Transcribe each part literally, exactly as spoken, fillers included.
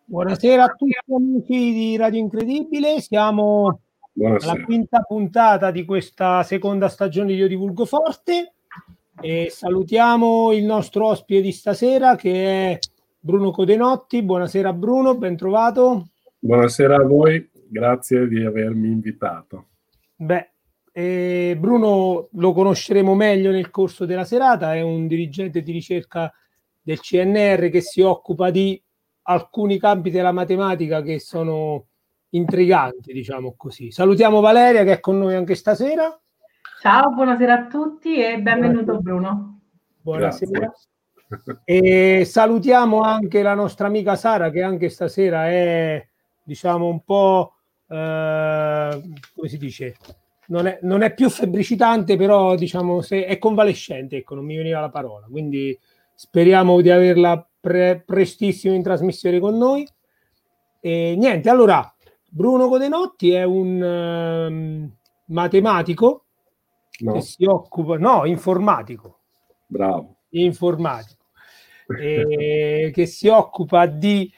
Buonasera a tutti amici di Radio Incredibile, siamo Buonasera. alla quinta puntata di questa seconda stagione di Io Divulgo Forte e salutiamo il nostro ospite di stasera che è Bruno Codenotti. Buonasera Bruno, ben trovato. Buonasera a voi, grazie di avermi invitato. Beh, eh, Bruno lo conosceremo meglio nel corso della serata, è un dirigente di ricerca del C N R che si occupa di alcuni campi della matematica che sono intriganti, diciamo così. Salutiamo Valeria che è con noi anche stasera. Ciao, buonasera a tutti e benvenuto Buonasera. Bruno. Buonasera. E salutiamo anche la nostra amica Sara che anche stasera è, diciamo, un po' eh, come si dice, non è, non è più febbricitante, però diciamo se è convalescente, ecco, non mi veniva la parola, quindi speriamo di averla pre- prestissimo in trasmissione con noi. E niente, allora Bruno Codenotti è un um, matematico No. che si occupa, no, informatico. Bravo. Informatico. E che si occupa di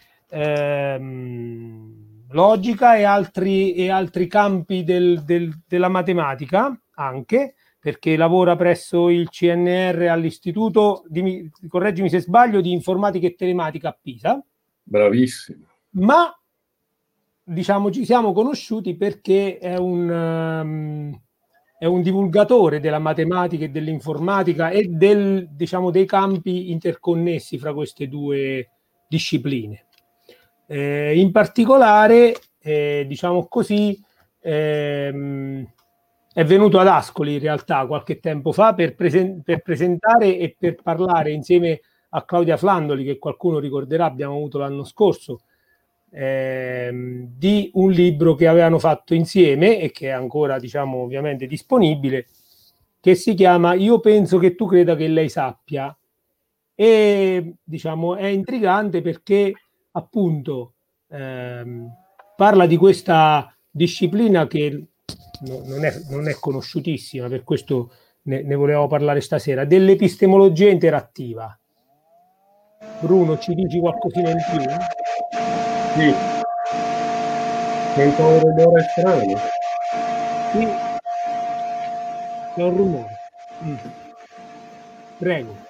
ehm, logica e altri, e altri campi del, del, della matematica anche, perché lavora presso il C N R all'istituto, di, correggimi se sbaglio, di informatica e telematica a Pisa. Bravissimo. Ma diciamo ci siamo conosciuti perché è un, um, è un divulgatore della matematica e dell'informatica e del, diciamo, dei campi interconnessi fra queste due discipline. Eh, in particolare, eh, diciamo così, ehm, è venuto ad Ascoli in realtà qualche tempo fa per, presen- per presentare e per parlare insieme a Claudia Flandoli, che qualcuno ricorderà abbiamo avuto l'anno scorso, ehm, di un libro che avevano fatto insieme e che è ancora, diciamo, ovviamente disponibile, che si chiama Io penso che tu creda che lei sappia. E diciamo è intrigante perché appunto ehm, parla di questa disciplina che no, non, è, non è conosciutissima, per questo ne, ne volevamo parlare stasera, dell'epistemologia interattiva. Bruno, ci dici qualcosina in più? Sì. Sento un rumore strano. Sì, c'è un rumore. Mm. Prego.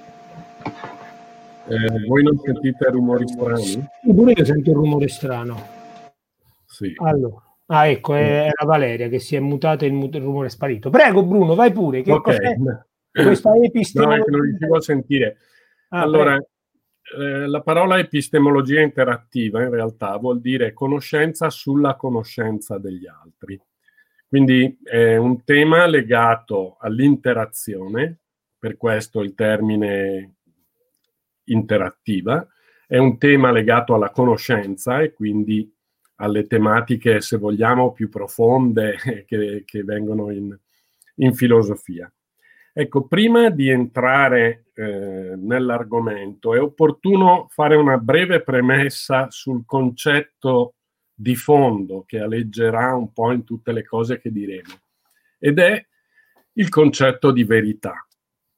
Eh, voi non sentite rumori strani? Pure io sento un rumore strano. Sì. Allora, ah, ecco, è, è la Valeria che si è mutata e il, mut- il rumore è sparito. Prego, Bruno, vai pure. Che Ok. cos'è questa No, epistemologia? è che non riuscivo a sentire. Ah, allora, eh, la parola epistemologia interattiva in realtà vuol dire conoscenza sulla conoscenza degli altri. Quindi è un tema legato all'interazione, per questo il termine interattiva, è un tema legato alla conoscenza e quindi alle tematiche, se vogliamo, più profonde che, che vengono in, in filosofia. Ecco, prima di entrare eh, nell'argomento è opportuno fare una breve premessa sul concetto di fondo che aleggerà un po' in tutte le cose che diremo, ed è il concetto di verità.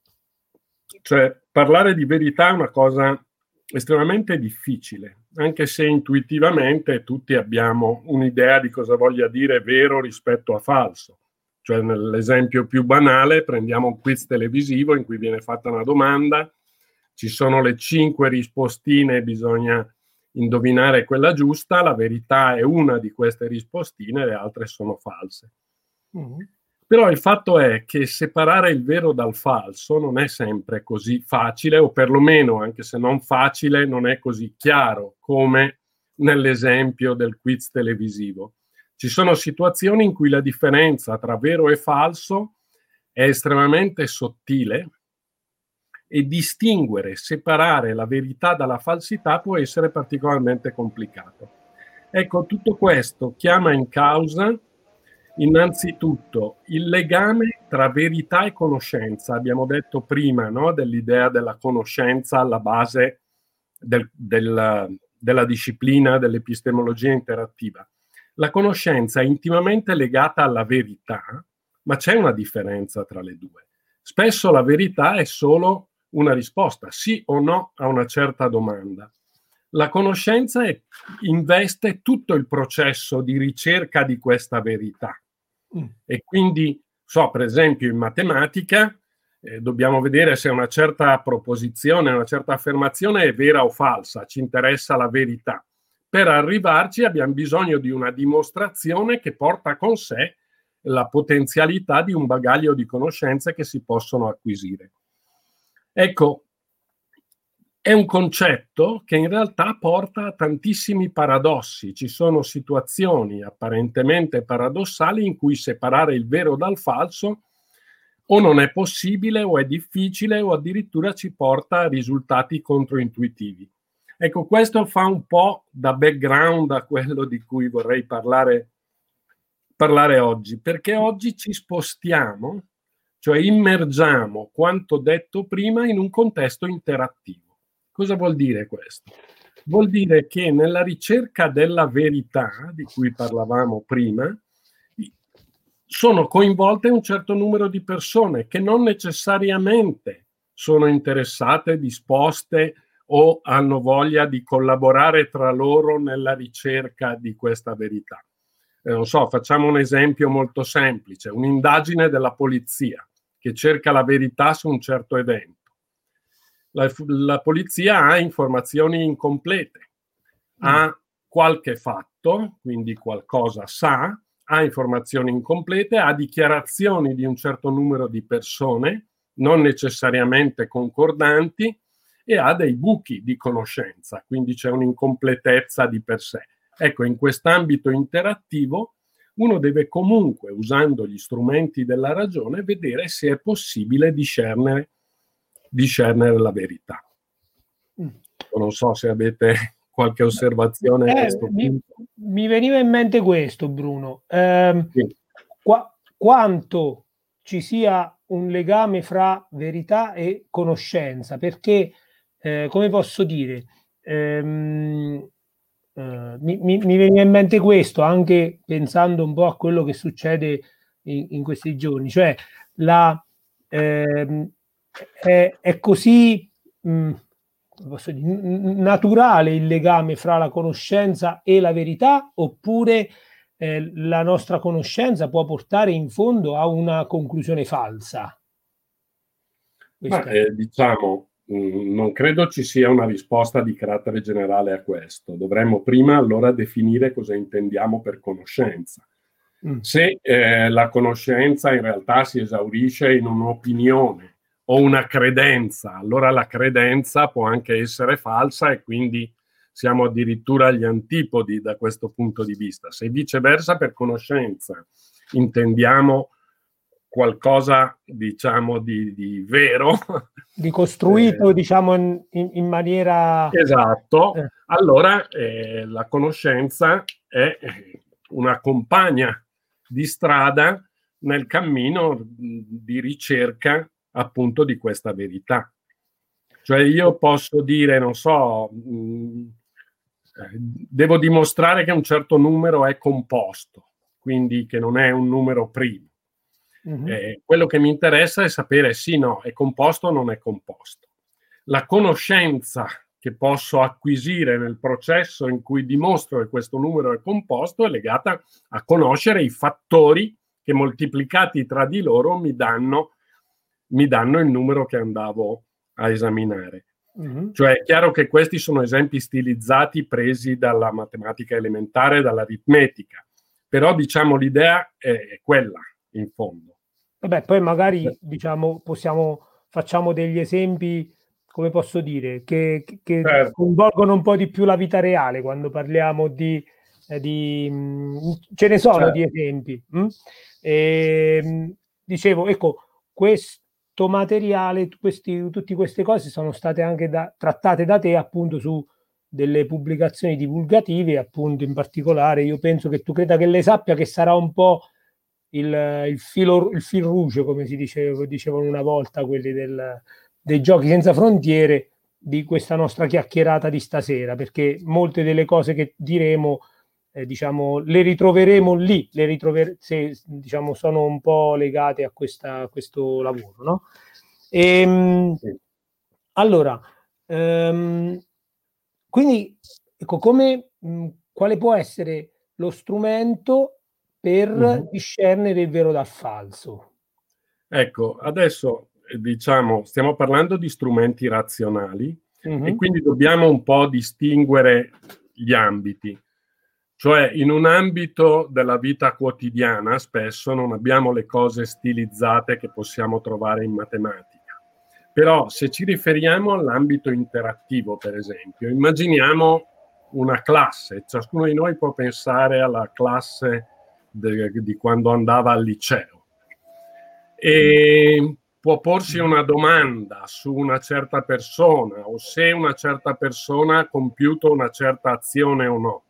Cioè, parlare di verità è una cosa estremamente difficile, anche se intuitivamente tutti abbiamo un'idea di cosa voglia dire vero rispetto a falso. Cioè, nell'esempio più banale, prendiamo un quiz televisivo in cui viene fatta una domanda, ci sono le cinque rispostine, bisogna indovinare quella giusta, la verità è una di queste rispostine, le altre sono false. Mm-hmm. Però il fatto è che separare il vero dal falso non è sempre così facile, o perlomeno, anche se non facile, non è così chiaro come nell'esempio del quiz televisivo. Ci sono situazioni in cui la differenza tra vero e falso è estremamente sottile e distinguere, separare la verità dalla falsità può essere particolarmente complicato. Ecco, tutto questo chiama in causa innanzitutto il legame tra verità e conoscenza. Abbiamo detto prima, no, dell'idea della conoscenza alla base del, del, della disciplina dell'epistemologia interattiva. La conoscenza è intimamente legata alla verità, ma c'è una differenza tra le due. Spesso la verità è solo una risposta, sì o no, a una certa domanda. La conoscenza è, investe tutto il processo di ricerca di questa verità. Mm. E quindi, so, per esempio in matematica, eh, dobbiamo vedere se una certa proposizione, una certa affermazione è vera o falsa, ci interessa la verità. Per arrivarci abbiamo bisogno di una dimostrazione che porta con sé la potenzialità di un bagaglio di conoscenze che si possono acquisire. Ecco, è un concetto che in realtà porta a tantissimi paradossi. Ci sono situazioni apparentemente paradossali in cui separare il vero dal falso o non è possibile o è difficile o addirittura ci porta a risultati controintuitivi. Ecco, questo fa un po' da background a quello di cui vorrei parlare, parlare oggi, perché oggi ci spostiamo, cioè immergiamo quanto detto prima in un contesto interattivo. Cosa vuol dire questo? Vuol dire che nella ricerca della verità, di cui parlavamo prima, sono coinvolte un certo numero di persone che non necessariamente sono interessate, disposte o hanno voglia di collaborare tra loro nella ricerca di questa verità. Eh, non so, facciamo un esempio molto semplice, un'indagine della polizia che cerca la verità su un certo evento. La, la polizia ha informazioni incomplete, mm. ha qualche fatto, quindi qualcosa sa, ha informazioni incomplete, ha dichiarazioni di un certo numero di persone, non necessariamente concordanti, e ha dei buchi di conoscenza, quindi c'è un'incompletezza di per sé. Ecco, in quest'ambito interattivo uno deve comunque, usando gli strumenti della ragione, vedere se è possibile discernere, discernere la verità. Mm. Non so se avete qualche osservazione eh, a questo mi, punto. Mi veniva in mente questo, Bruno. Eh, sì. qua, quanto ci sia un legame fra verità e conoscenza, perché, eh, come posso dire, ehm, eh, mi, mi, mi veniva in mente questo, anche pensando un po' a quello che succede in, in questi giorni, cioè la, ehm, è, è così... Mh, posso dire, naturale il legame fra la conoscenza e la verità, oppure eh, la nostra conoscenza può portare in fondo a una conclusione falsa? Ma, eh, diciamo, mh, non credo ci sia una risposta di carattere generale a questo. Dovremmo prima allora definire cosa intendiamo per conoscenza. Mm. Se eh, la conoscenza in realtà si esaurisce in un'opinione o una credenza, allora la credenza può anche essere falsa e quindi siamo addirittura agli antipodi da questo punto di vista. Se viceversa per conoscenza intendiamo qualcosa, diciamo, di, di vero, di costruito, eh, diciamo, in, in maniera... Esatto, eh. allora eh, la conoscenza è una compagna di strada nel cammino di ricerca appunto di questa verità. Cioè io posso dire, non so, mh, devo dimostrare che un certo numero è composto, quindi che non è un numero primo. Mm-hmm. Eh, quello che mi interessa è sapere sì, no, è composto o non è composto. La conoscenza che posso acquisire nel processo in cui dimostro che questo numero è composto è legata a conoscere i fattori che moltiplicati tra di loro mi danno, mi danno il numero che andavo a esaminare. Mm-hmm. Cioè è chiaro che questi sono esempi stilizzati presi dalla matematica elementare, dall'aritmetica, però diciamo l'idea è quella in fondo. Vabbè, poi magari diciamo possiamo facciamo degli esempi, come posso dire, che, che certo. coinvolgono un po' di più la vita reale quando parliamo di, eh, di ce ne sono certo. di esempi. Hm? E, dicevo, ecco, questo materiale, questi, tutte queste cose sono state anche da, trattate da te appunto su delle pubblicazioni divulgative, appunto in particolare io penso che tu creda che lei sappia che sarà un po' il, il filo il fil rouge, come si diceva, dicevano una volta quelli del, dei Giochi Senza Frontiere, di questa nostra chiacchierata di stasera, perché molte delle cose che diremo eh, diciamo le ritroveremo lì, le ritrover- se diciamo sono un po' legate a, questa, a questo lavoro, no? E, sì. Allora ehm, quindi, ecco, come, mh, quale può essere lo strumento per Mm-hmm. discernere il vero dal falso? Ecco, adesso eh, diciamo, stiamo parlando di strumenti razionali Mm-hmm. e quindi dobbiamo un po' distinguere gli ambiti. Cioè, in un ambito della vita quotidiana spesso non abbiamo le cose stilizzate che possiamo trovare in matematica. Però se ci riferiamo all'ambito interattivo, per esempio, immaginiamo una classe. Ciascuno di noi può pensare alla classe de, di quando andava al liceo e può porsi una domanda su una certa persona o se una certa persona ha compiuto una certa azione o no.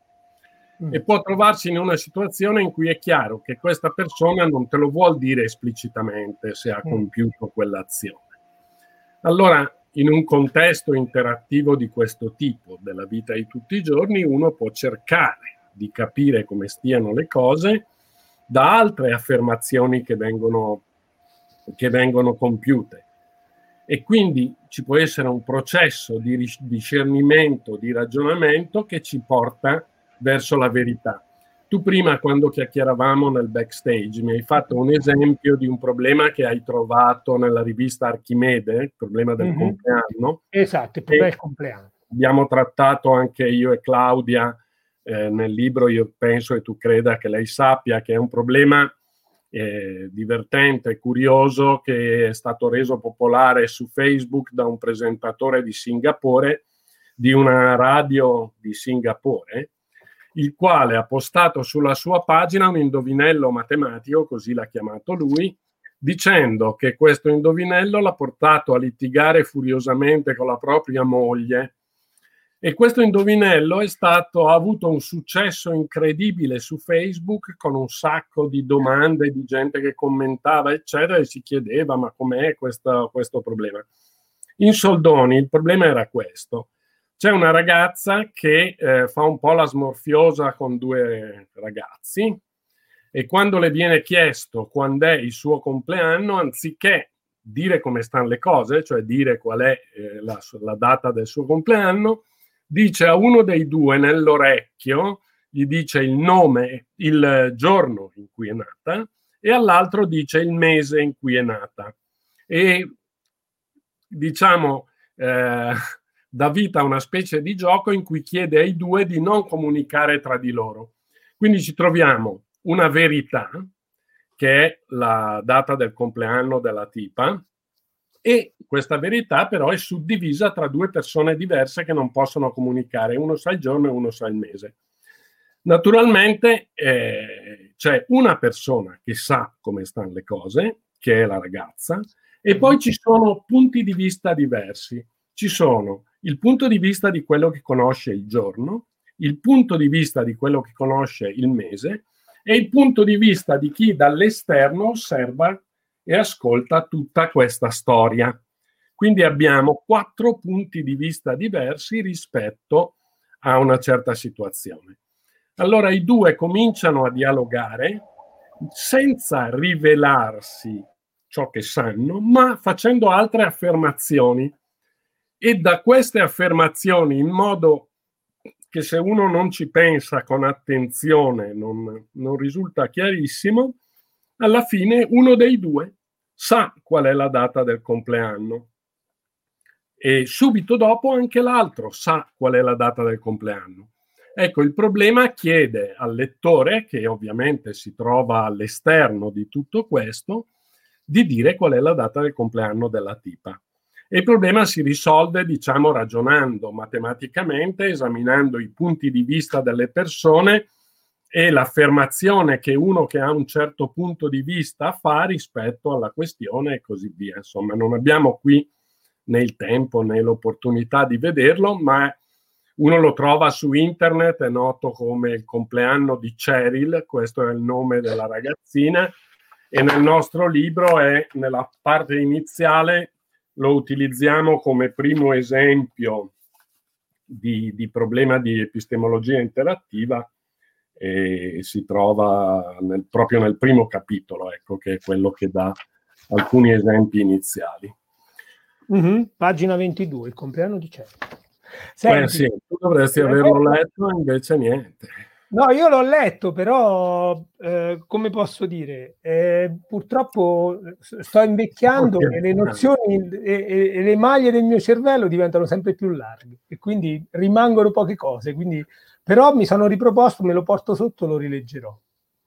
E può trovarsi in una situazione in cui è chiaro che questa persona non te lo vuol dire esplicitamente se ha compiuto quell'azione. Allora, in un contesto interattivo di questo tipo, della vita di tutti i giorni, uno può cercare di capire come stiano le cose da altre affermazioni che vengono, che vengono compiute. E quindi ci può essere un processo di discernimento, di ragionamento che ci porta verso la verità. Tu prima, quando chiacchieravamo nel backstage, mi hai fatto un esempio di un problema che hai trovato nella rivista Archimede, il problema del mm-hmm. compleanno. Esatto, il problema del compleanno. Abbiamo trattato anche io e Claudia eh, nel libro Io penso e tu creda che lei sappia, che è un problema eh, divertente, curioso, che è stato reso popolare su Facebook da un presentatore di Singapore, di una radio di Singapore, il quale ha postato sulla sua pagina un indovinello matematico, così l'ha chiamato lui, dicendo che questo indovinello l'ha portato a litigare furiosamente con la propria moglie. E questo indovinello è stato, ha avuto un successo incredibile su Facebook, con un sacco di domande di gente che commentava, eccetera, e si chiedeva ma com'è questo, questo problema. In soldoni il problema era questo. C'è una ragazza che eh, fa un po' la smorfiosa con due ragazzi e quando le viene chiesto quando è il suo compleanno, anziché dire come stanno le cose, cioè dire qual è eh, la, la data del suo compleanno, dice a uno dei due nell'orecchio, gli dice il nome, il giorno in cui è nata e all'altro dice il mese in cui è nata. E diciamo... Eh, dà vita a una specie di gioco in cui chiede ai due di non comunicare tra di loro. Quindi ci troviamo una verità, che è la data del compleanno della tipa, e questa verità però è suddivisa tra due persone diverse che non possono comunicare. Uno sa il giorno e uno sa il mese. Naturalmente eh, c'è una persona che sa come stanno le cose, che è la ragazza, e poi ci sono punti di vista diversi. Ci sono il punto di vista di quello che conosce il giorno, il punto di vista di quello che conosce il mese e il punto di vista di chi dall'esterno osserva e ascolta tutta questa storia. Quindi abbiamo quattro punti di vista diversi rispetto a una certa situazione. Allora i due cominciano a dialogare senza rivelarsi ciò che sanno, ma facendo altre affermazioni. E da queste affermazioni, in modo che se uno non ci pensa con attenzione non, non risulta chiarissimo, alla fine uno dei due sa qual è la data del compleanno e subito dopo anche l'altro sa qual è la data del compleanno. Ecco, il problema chiede al lettore, che ovviamente si trova all'esterno di tutto questo, di dire qual è la data del compleanno della tipa. E il problema si risolve, diciamo, ragionando matematicamente, esaminando i punti di vista delle persone e l'affermazione che uno che ha un certo punto di vista fa rispetto alla questione e così via. Insomma, non abbiamo qui né il tempo né l'opportunità di vederlo, ma uno lo trova su internet, è noto come il compleanno di Cheryl, questo è il nome della ragazzina, e nel nostro libro è nella parte iniziale. Lo utilizziamo come primo esempio di, di problema di epistemologia interattiva e si trova nel, proprio nel primo capitolo, ecco, che è quello che dà alcuni esempi iniziali. Mm-hmm. Pagina ventidue, il compleanno di Cheryl. Senti, eh sì, tu dovresti averlo letto, invece niente. No, io l'ho letto, però eh, come posso dire, eh, purtroppo sto invecchiando Okay. e le nozioni e, e, e le maglie del mio cervello diventano sempre più larghe e quindi rimangono poche cose. Quindi, però mi sono riproposto, me lo porto sotto, lo rileggerò.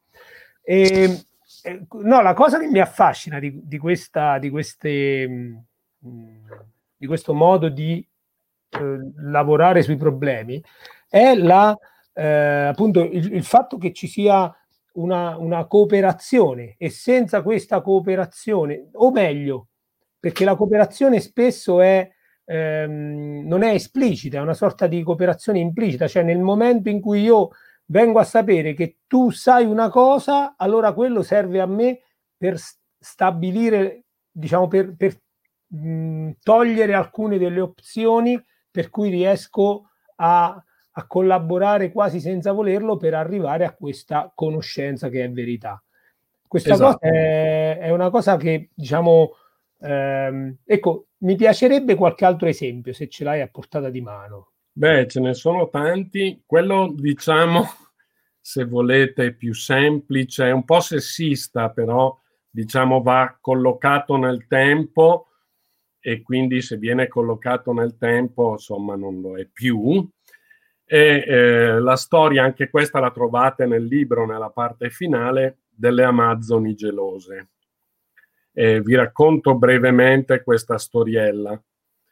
E, eh, no, la cosa che mi affascina di, di, questa, di, queste, mh, di questo modo di eh, lavorare sui problemi è la Eh, appunto il, il fatto che ci sia una, una cooperazione, e senza questa cooperazione, o meglio, perché la cooperazione spesso è, ehm, non è esplicita, è una sorta di cooperazione implicita, cioè nel momento in cui io vengo a sapere che tu sai una cosa, allora quello serve a me per stabilire, diciamo, per, per mh, togliere alcune delle opzioni per cui riesco a a collaborare quasi senza volerlo per arrivare a questa conoscenza che è verità. Questa Esatto. cosa è, è una cosa che, diciamo, ehm, ecco, mi piacerebbe qualche altro esempio, se ce l'hai a portata di mano. Beh, ce ne sono tanti. Quello, diciamo, se volete, più semplice, è un po' sessista, però, diciamo, va collocato nel tempo, e quindi se viene collocato nel tempo, insomma, non lo è più. E eh, la storia, anche questa la trovate nel libro, nella parte finale, delle Amazzoni gelose. Eh, vi racconto brevemente questa storiella.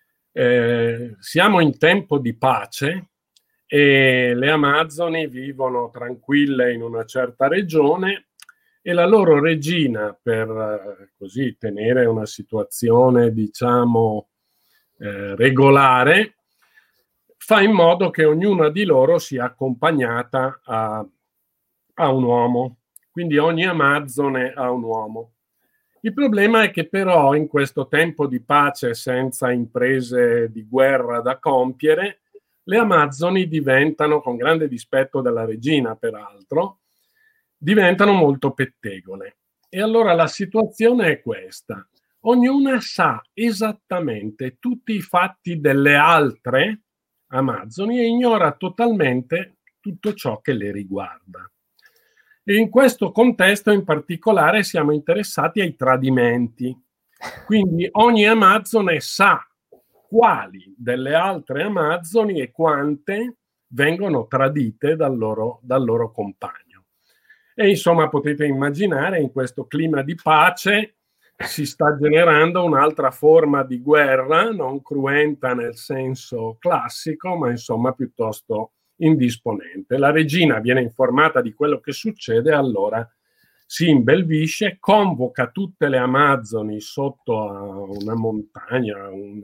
Eh, siamo in tempo di pace e le Amazzoni vivono tranquille in una certa regione, e la loro regina, per eh, così tenere una situazione, diciamo, eh, regolare, fa in modo che ognuna di loro sia accompagnata a, a un uomo. Quindi ogni Amazzone ha un uomo. Il problema è che però in questo tempo di pace, senza imprese di guerra da compiere, le Amazzoni diventano, con grande dispetto della regina peraltro, diventano molto pettegole. E allora la situazione è questa: ognuna sa esattamente tutti i fatti delle altre Amazzoni e ignora totalmente tutto ciò che le riguarda. E in questo contesto in particolare siamo interessati ai tradimenti. Quindi ogni Amazzone sa quali delle altre Amazzoni e quante vengono tradite dal loro, dal loro compagno. E insomma potete immaginare, in questo clima di pace si sta generando un'altra forma di guerra, non cruenta nel senso classico, ma insomma piuttosto indisponente. La regina viene informata di quello che succede, allora si imbelvisce, convoca tutte le Amazzoni sotto a una montagna, un,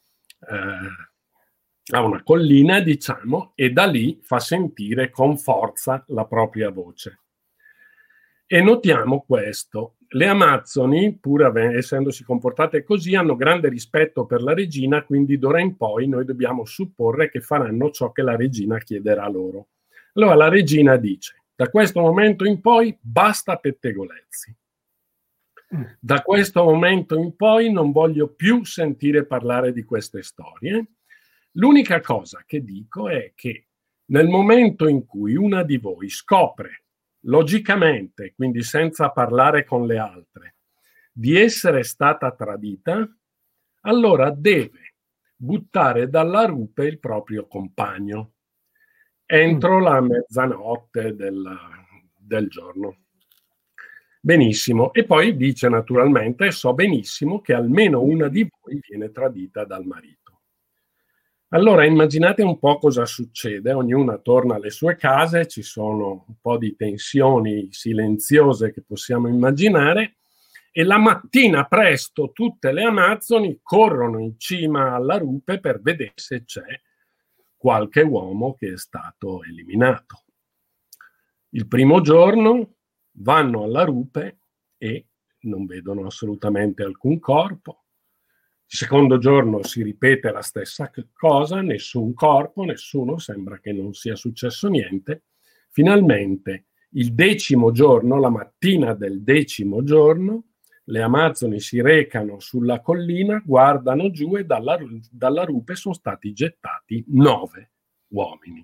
eh, a una collina, diciamo, e da lì fa sentire con forza la propria voce. E notiamo questo: le Amazzoni, pur essendosi comportate così, hanno grande rispetto per la regina, quindi d'ora in poi noi dobbiamo supporre che faranno ciò che la regina chiederà loro. Allora la regina dice: da questo momento in poi basta pettegolezzi. Da questo momento in poi non voglio più sentire parlare di queste storie. L'unica cosa che dico è che nel momento in cui una di voi scopre logicamente, quindi senza parlare con le altre, di essere stata tradita, allora deve buttare dalla rupe il proprio compagno entro la mezzanotte del, del giorno. Benissimo. E poi dice naturalmente: so benissimo che almeno una di voi viene tradita dal marito. Allora immaginate un po' cosa succede: ognuna torna alle sue case, ci sono un po' di tensioni silenziose che possiamo immaginare, e la mattina presto tutte le Amazzoni corrono in cima alla rupe per vedere se c'è qualche uomo che è stato eliminato. Il primo giorno vanno alla rupe e non vedono assolutamente alcun corpo. Il secondo giorno si ripete la stessa cosa, nessun corpo, nessuno, sembra che non sia successo niente. Finalmente, il decimo giorno, la mattina del decimo giorno, Le amazzoni si recano sulla collina, guardano giù e dalla, dalla rupe sono stati gettati nove uomini.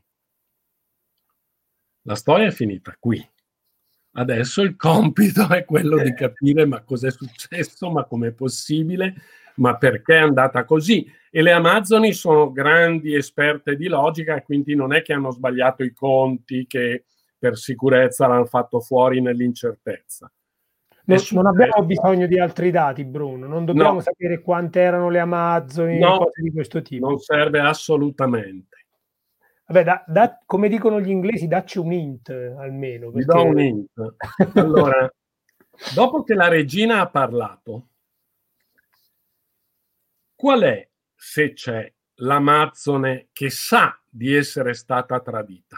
La storia è finita qui. Adesso il compito è quello di capire ma cos'è successo, ma com'è possibile, ma perché è andata così. E le amazzoni sono grandi esperte di logica e quindi non è che hanno sbagliato i conti, che per sicurezza l'hanno fatto fuori nell'incertezza. Non, non abbiamo bisogno di altri dati, Bruno, non dobbiamo no. sapere quante erano le amazzoni, no, cose di questo tipo. Non serve assolutamente. Vabbè, da, da, come dicono gli inglesi, dacci un hint almeno. Vi perché... do un hint. Allora, dopo che la regina ha parlato, qual è, se c'è, l'amazzone che sa di essere stata tradita?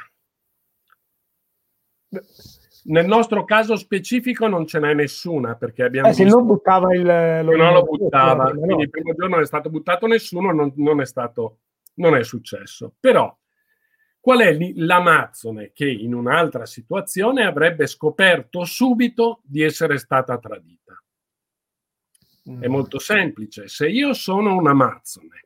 Nel nostro caso specifico non ce n'è nessuna, perché abbiamo eh, se visto non buttava il lo non lo buttava, no. Quindi il primo giorno non è stato buttato nessuno, non, non è stato, non è successo. Però qual è l'amazzone che in un'altra situazione avrebbe scoperto subito di essere stata tradita? Mm. È molto semplice. Se io sono un amazzone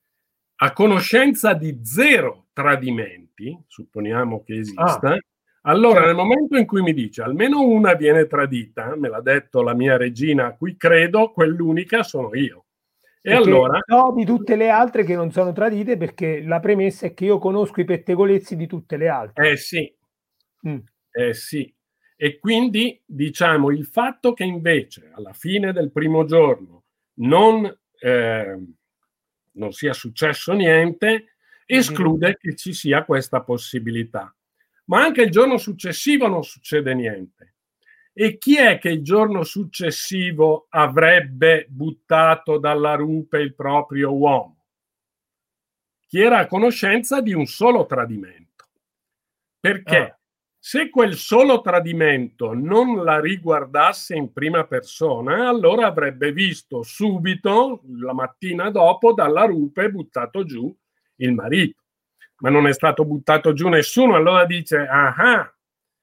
a conoscenza di zero tradimenti, supponiamo che esista, ah. Allora, nel momento in cui mi dice almeno una viene tradita, me l'ha detto la mia regina a cui credo, quell'unica sono io. E perché allora so di tutte le altre che non sono tradite, perché la premessa è che io conosco i pettegolezzi di tutte le altre. Eh sì, mm. eh sì. E quindi diciamo il fatto che invece alla fine del primo giorno non, eh, non sia successo niente, esclude che ci sia questa possibilità. Ma anche il giorno successivo non succede niente. E chi è che il giorno successivo avrebbe buttato dalla rupe il proprio uomo? Chi era a conoscenza di un solo tradimento. Perché ah. se quel solo tradimento non la riguardasse in prima persona, allora avrebbe visto subito, la mattina dopo, dalla rupe buttato giù il marito. Ma non è stato buttato giù nessuno, allora dice, ah,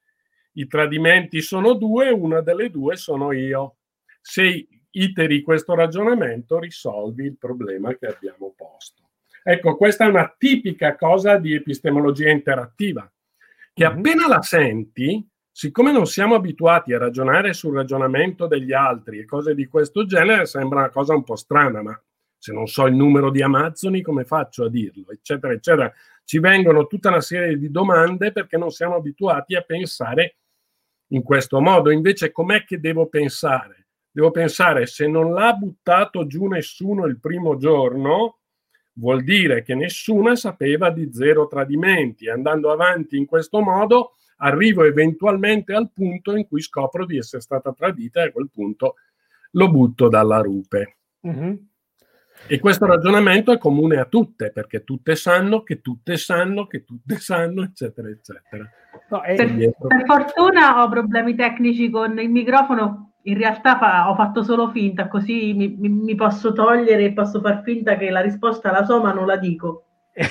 i tradimenti sono due, una delle due sono io. Se iteri questo ragionamento, risolvi il problema che abbiamo posto. Ecco, questa è una tipica cosa di epistemologia interattiva, che mm-hmm. appena la senti, siccome non siamo abituati a ragionare sul ragionamento degli altri e cose di questo genere, sembra una cosa un po' strana, ma se non so il numero di amazzoni, come faccio a dirlo, eccetera, eccetera. Ci vengono tutta una serie di domande perché non siamo abituati a pensare in questo modo. Invece, com'è che devo pensare? Devo pensare, se non l'ha buttato giù nessuno il primo giorno, vuol dire che nessuna sapeva di zero tradimenti. Andando avanti in questo modo, arrivo eventualmente al punto in cui scopro di essere stata tradita e a quel punto lo butto dalla rupe. Mm-hmm. E questo ragionamento è comune a tutte, perché tutte sanno che tutte sanno che tutte sanno, eccetera, eccetera. No, è... per, per fortuna ho problemi tecnici con il microfono, in realtà fa, ho fatto solo finta, così mi, mi, mi posso togliere e posso far finta che la risposta la so, ma non la dico.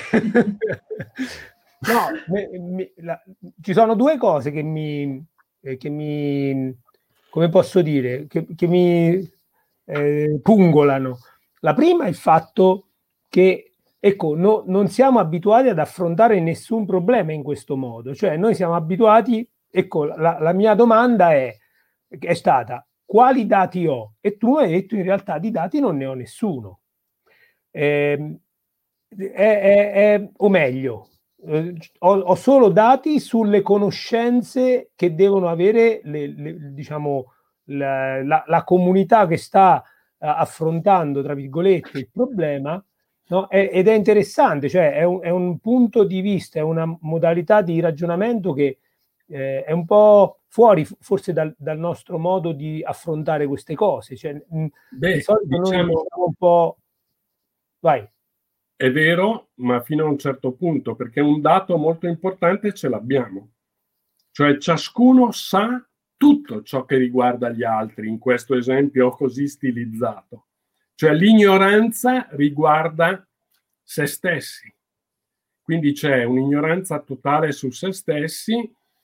No, mi, mi, la, ci sono due cose che mi, eh, che mi come posso dire, che, che mi eh, pungolano. La prima è il fatto che, ecco, no, non siamo abituati ad affrontare nessun problema in questo modo. Cioè, noi siamo abituati, ecco, la, la mia domanda è, è stata, quali dati ho? E tu hai detto, in realtà, di dati non ne ho nessuno. Eh, è, è, è, o meglio, eh, ho, ho solo dati sulle conoscenze che devono avere, le, le, diciamo, la, la, la comunità che sta affrontando, tra virgolette, il problema, no? È, ed è interessante, cioè è un, è un punto di vista, è una modalità di ragionamento che eh, è un po' fuori forse dal, dal nostro modo di affrontare queste cose. Cioè, Beh, di solito diciamo, noi siamo un po'... Vai. È vero, ma fino a un certo punto, perché un dato molto importante ce l'abbiamo. Cioè ciascuno sa tutto ciò che riguarda gli altri, in questo esempio così stilizzato. Cioè l'ignoranza riguarda se stessi. Quindi c'è un'ignoranza totale su se stessi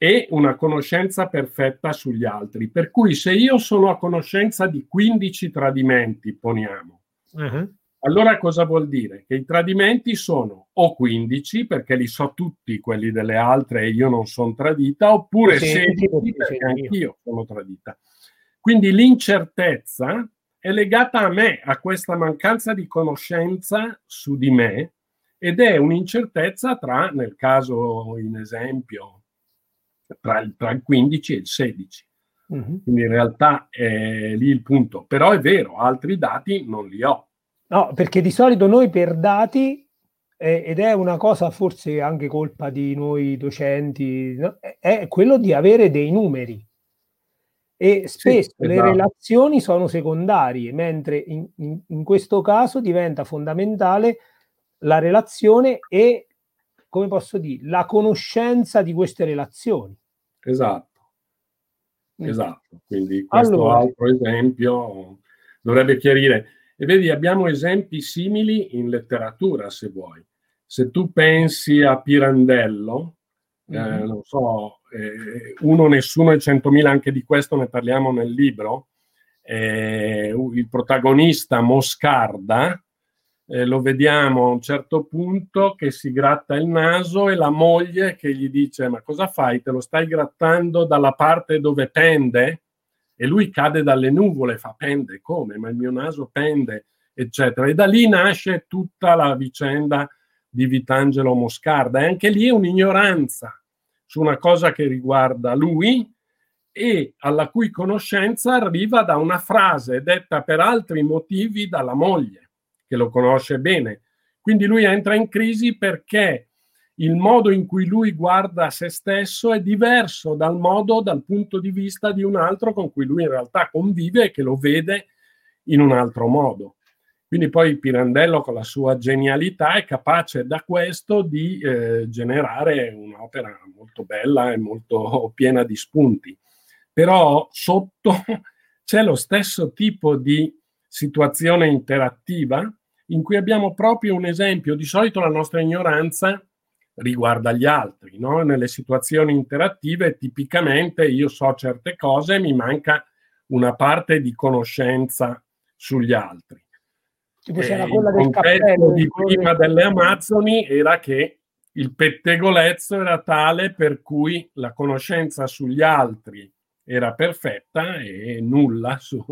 e una conoscenza perfetta sugli altri. Per cui se io sono a conoscenza di quindici tradimenti, poniamo, uh-huh. allora cosa vuol dire? Che i tradimenti sono o quindici, perché li so tutti quelli delle altre e io non sono tradita, oppure sì, sedici, perché anch'io sono tradita. Quindi l'incertezza è legata a me, a questa mancanza di conoscenza su di me, ed è un'incertezza tra, nel caso in esempio, tra il, tra il quindici e il sedici. Uh-huh. Quindi in realtà è lì il punto. Però è vero, altri dati non li ho. No, perché di solito noi per dati, eh, ed è una cosa forse anche colpa di noi docenti, no? È quello di avere dei numeri. E spesso sì, le esatto. relazioni sono secondarie, mentre in, in, in questo caso diventa fondamentale la relazione e, come posso dire, la conoscenza di queste relazioni. Esatto, mm. esatto. Quindi questo allora. altro esempio dovrebbe chiarire. E vedi, abbiamo esempi simili in letteratura, se vuoi. Se tu pensi a Pirandello, mm-hmm. eh, non so, eh, Uno, Nessuno e Centomila, anche di questo ne parliamo nel libro, eh, il protagonista Moscarda, eh, lo vediamo a un certo punto che si gratta il naso e la moglie che gli dice: ma cosa fai? Te lo stai grattando dalla parte dove pende? E lui cade dalle nuvole, fa: pende come? Ma il mio naso pende, eccetera. E da lì nasce tutta la vicenda di Vitangelo Moscarda. E anche lì è un'ignoranza su una cosa che riguarda lui e alla cui conoscenza arriva da una frase detta per altri motivi dalla moglie, che lo conosce bene. Quindi lui entra in crisi perché il modo in cui lui guarda se stesso è diverso dal modo, dal punto di vista di un altro con cui lui in realtà convive e che lo vede in un altro modo. Quindi poi Pirandello, con la sua genialità, è capace da questo di eh, generare un'opera molto bella e molto piena di spunti. Però sotto c'è lo stesso tipo di situazione interattiva in cui abbiamo proprio un esempio. Di solito la nostra ignoranza riguarda gli altri, no? Nelle situazioni interattive tipicamente io so certe cose e mi manca una parte di conoscenza sugli altri. Tipo c'era quella del cappello. Il contesto di prima delle Amazzoni era che il pettegolezzo era tale per cui la conoscenza sugli altri era perfetta e nulla su,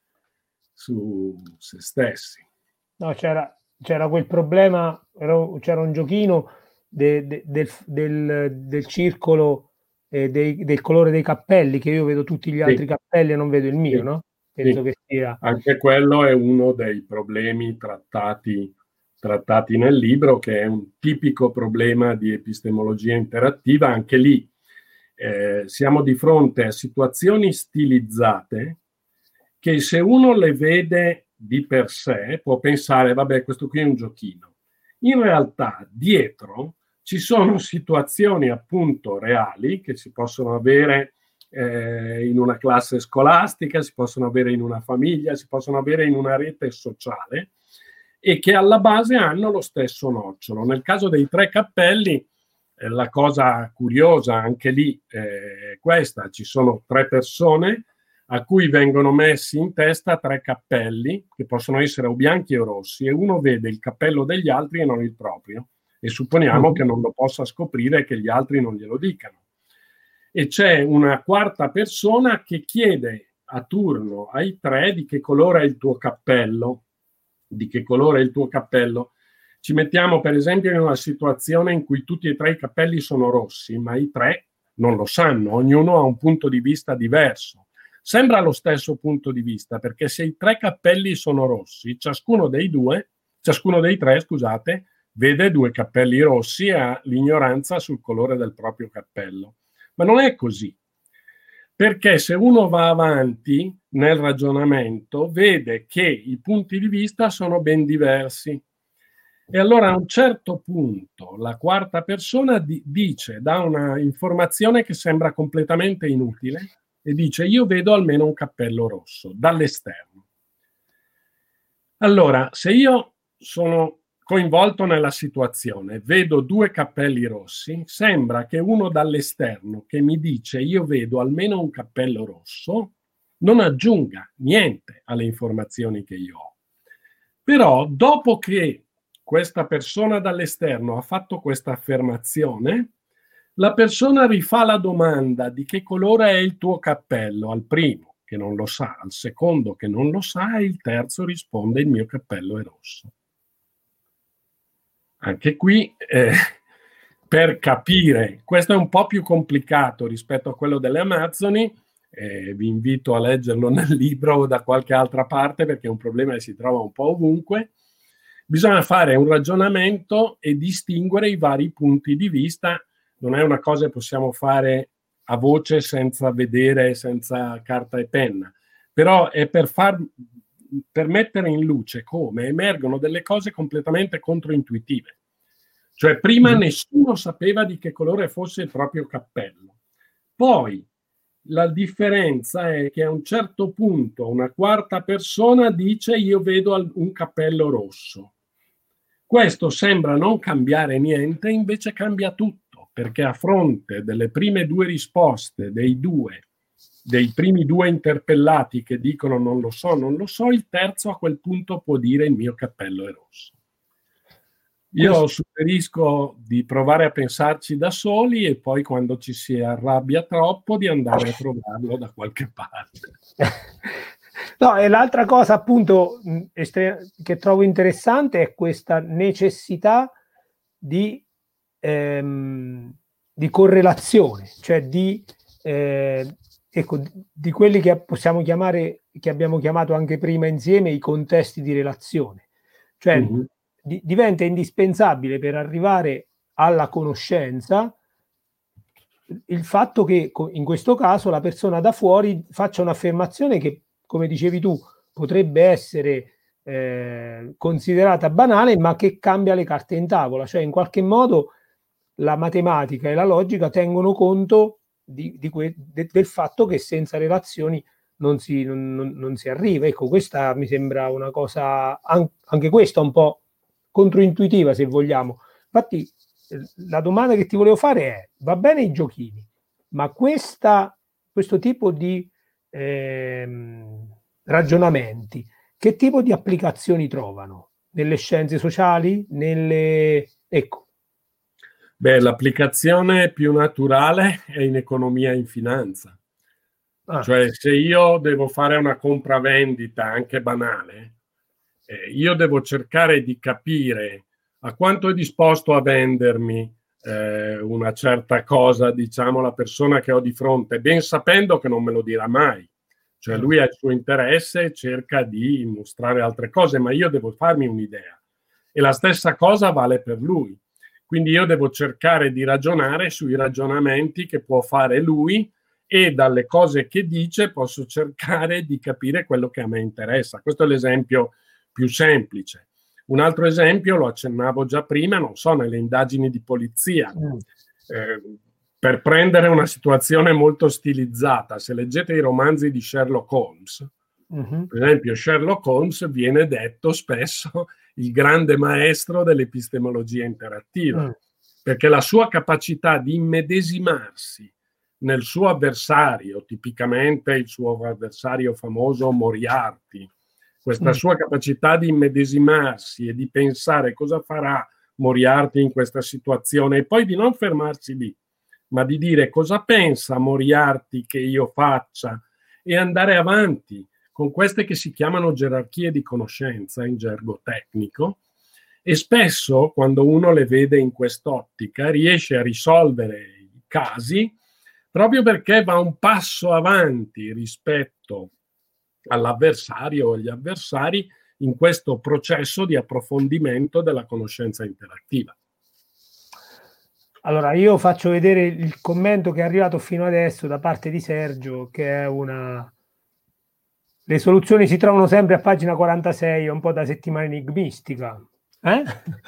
su se stessi. No, c'era, c'era quel problema, era, c'era un giochino de, de, del, del, del circolo eh, dei, del colore dei cappelli, che io vedo tutti gli altri sì. cappelli e non vedo il mio, sì. no? Penso sì. che sia. Anche quello è uno dei problemi trattati, trattati nel libro, che è un tipico problema di epistemologia interattiva. Anche lì eh, siamo di fronte a situazioni stilizzate che, se uno le vede di per sé, può pensare: vabbè, questo qui è un giochino. In realtà dietro ci sono situazioni appunto reali che si possono avere eh, in una classe scolastica, si possono avere in una famiglia, si possono avere in una rete sociale, e che alla base hanno lo stesso nocciolo. Nel caso dei tre cappelli eh, la cosa curiosa anche lì è questa: ci sono tre persone a cui vengono messi in testa tre cappelli che possono essere o bianchi o rossi, e uno vede il cappello degli altri e non il proprio, e supponiamo mm. che non lo possa scoprire e che gli altri non glielo dicano. E c'è una quarta persona che chiede a turno ai tre di che colore è il tuo cappello, di che colore è il tuo cappello. Ci mettiamo per esempio in una situazione in cui tutti e tre i cappelli sono rossi, ma i tre non lo sanno, ognuno ha un punto di vista diverso. Sembra lo stesso punto di vista, perché se i tre cappelli sono rossi, ciascuno dei due, ciascuno dei tre, scusate, vede due cappelli rossi e ha l'ignoranza sul colore del proprio cappello. Ma non è così, perché se uno va avanti nel ragionamento vede che i punti di vista sono ben diversi. E allora a un certo punto la quarta persona di- dice, dà una informazione che sembra completamente inutile, e dice: io vedo almeno un cappello rosso dall'esterno. Allora, se io sono coinvolto nella situazione, vedo due cappelli rossi, sembra che uno dall'esterno che mi dice io vedo almeno un cappello rosso non aggiunga niente alle informazioni che io ho. Però dopo che questa persona dall'esterno ha fatto questa affermazione, la persona rifà la domanda di che colore è il tuo cappello al primo, che non lo sa, al secondo che non lo sa, e il terzo risponde il mio cappello è rosso. Anche qui, eh, per capire, questo è un po' più complicato rispetto a quello delle Amazzoni, eh, vi invito a leggerlo nel libro o da qualche altra parte perché è un problema che si trova un po' ovunque. Bisogna fare un ragionamento e distinguere i vari punti di vista. Non è una cosa che possiamo fare a voce senza vedere, senza carta e penna, però è per far per mettere in luce come emergono delle cose completamente controintuitive. Cioè prima mm. nessuno sapeva di che colore fosse il proprio cappello. Poi la differenza è che a un certo punto una quarta persona dice io vedo un cappello rosso. Questo sembra non cambiare niente, invece cambia tutto, perché a fronte delle prime due risposte dei due dei primi due interpellati che dicono non lo so, non lo so, il terzo a quel punto può dire il mio cappello è rosso. Io Questo... suggerisco di provare a pensarci da soli e poi quando ci si arrabbia troppo di andare a trovarlo da qualche parte. No, e l'altra cosa appunto che trovo interessante è questa necessità di, ehm, di correlazione, cioè di... Eh, ecco, di quelli che possiamo chiamare, che abbiamo chiamato anche prima insieme, i contesti di relazione. Cioè uh-huh. di, diventa indispensabile per arrivare alla conoscenza il fatto che in questo caso la persona da fuori faccia un'affermazione che, come dicevi tu, potrebbe essere eh, considerata banale, ma che cambia le carte in tavola. Cioè in qualche modo la matematica e la logica tengono conto Di, di que, de, del fatto che senza relazioni non si, non, non, non si arriva. Ecco, questa mi sembra una cosa an, anche questa un po' controintuitiva, se vogliamo. Infatti la domanda che ti volevo fare è: va bene i giochini, ma questa, questo tipo di ehm, ragionamenti che tipo di applicazioni trovano? Nelle scienze sociali? Nelle... ecco. Beh, l'applicazione più naturale è in economia e in finanza. Ah. Cioè, se io devo fare una compravendita anche banale, eh, io devo cercare di capire a quanto è disposto a vendermi eh, una certa cosa, diciamo, la persona che ho di fronte, ben sapendo che non me lo dirà mai. Cioè, lui ha il suo interesse e cerca di mostrare altre cose, ma io devo farmi un'idea. E la stessa cosa vale per lui. Quindi io devo cercare di ragionare sui ragionamenti che può fare lui e dalle cose che dice posso cercare di capire quello che a me interessa. Questo è l'esempio più semplice. Un altro esempio, lo accennavo già prima, non so, nelle indagini di polizia. Mm. Eh, per prendere una situazione molto stilizzata, se leggete i romanzi di Sherlock Holmes, mm-hmm. per esempio Sherlock Holmes viene detto spesso il grande maestro dell'epistemologia interattiva, mm. perché la sua capacità di immedesimarsi nel suo avversario, tipicamente il suo avversario famoso Moriarty, questa mm. sua capacità di immedesimarsi e di pensare cosa farà Moriarty in questa situazione e poi di non fermarsi lì, ma di dire cosa pensa Moriarty che io faccia e andare avanti con queste che si chiamano gerarchie di conoscenza in gergo tecnico, e spesso quando uno le vede in quest'ottica riesce a risolvere i casi proprio perché va un passo avanti rispetto all'avversario o agli avversari in questo processo di approfondimento della conoscenza interattiva. Allora, io faccio vedere il commento che è arrivato fino adesso da parte di Sergio, che è una... Le soluzioni si trovano sempre a pagina quarantasei, è un po' da settimana enigmistica. Eh?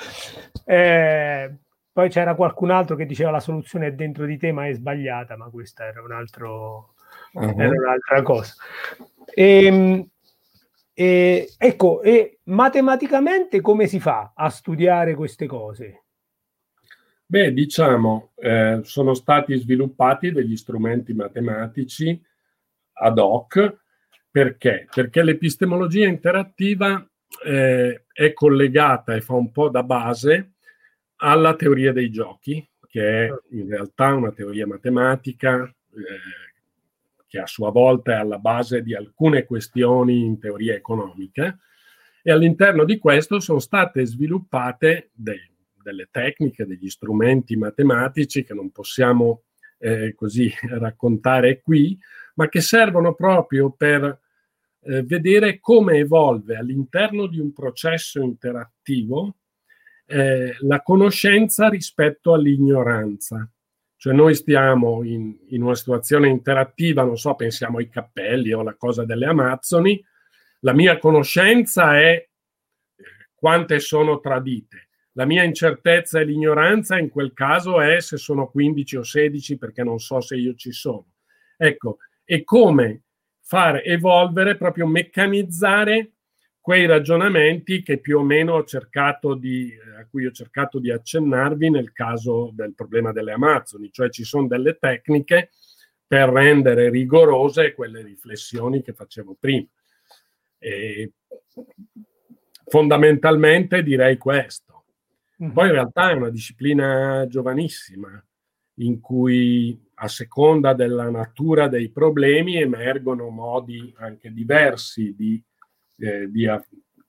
eh, poi c'era qualcun altro che diceva la soluzione è dentro di te ma è sbagliata, ma questa era un altro, uh-huh. era un'altra cosa. E, E, ecco, e matematicamente come si fa a studiare queste cose? Beh, diciamo, eh, sono stati sviluppati degli strumenti matematici ad hoc. Perché? Perché l'epistemologia interattiva eh, è collegata e fa un po' da base alla teoria dei giochi, che è in realtà una teoria matematica eh, che a sua volta è alla base di alcune questioni in teoria economica, e all'interno di questo sono state sviluppate dei, delle tecniche, degli strumenti matematici che non possiamo eh, così raccontare qui, ma che servono proprio per eh, vedere come evolve all'interno di un processo interattivo eh, la conoscenza rispetto all'ignoranza. Cioè noi stiamo in, in una situazione interattiva, non so, pensiamo ai cappelli o alla cosa delle Amazzoni, la mia conoscenza è quante sono tradite. La mia incertezza e l'ignoranza in quel caso è se sono quindici o sedici, perché non so se io ci sono. Ecco, e come far evolvere, proprio meccanizzare quei ragionamenti che più o meno ho cercato di, a cui ho cercato di accennarvi nel caso del problema delle Amazzoni, cioè ci sono delle tecniche per rendere rigorose quelle riflessioni che facevo prima. E fondamentalmente direi questo. Poi in realtà è una disciplina giovanissima, in cui a seconda della natura dei problemi emergono modi anche diversi di, eh, di, aff-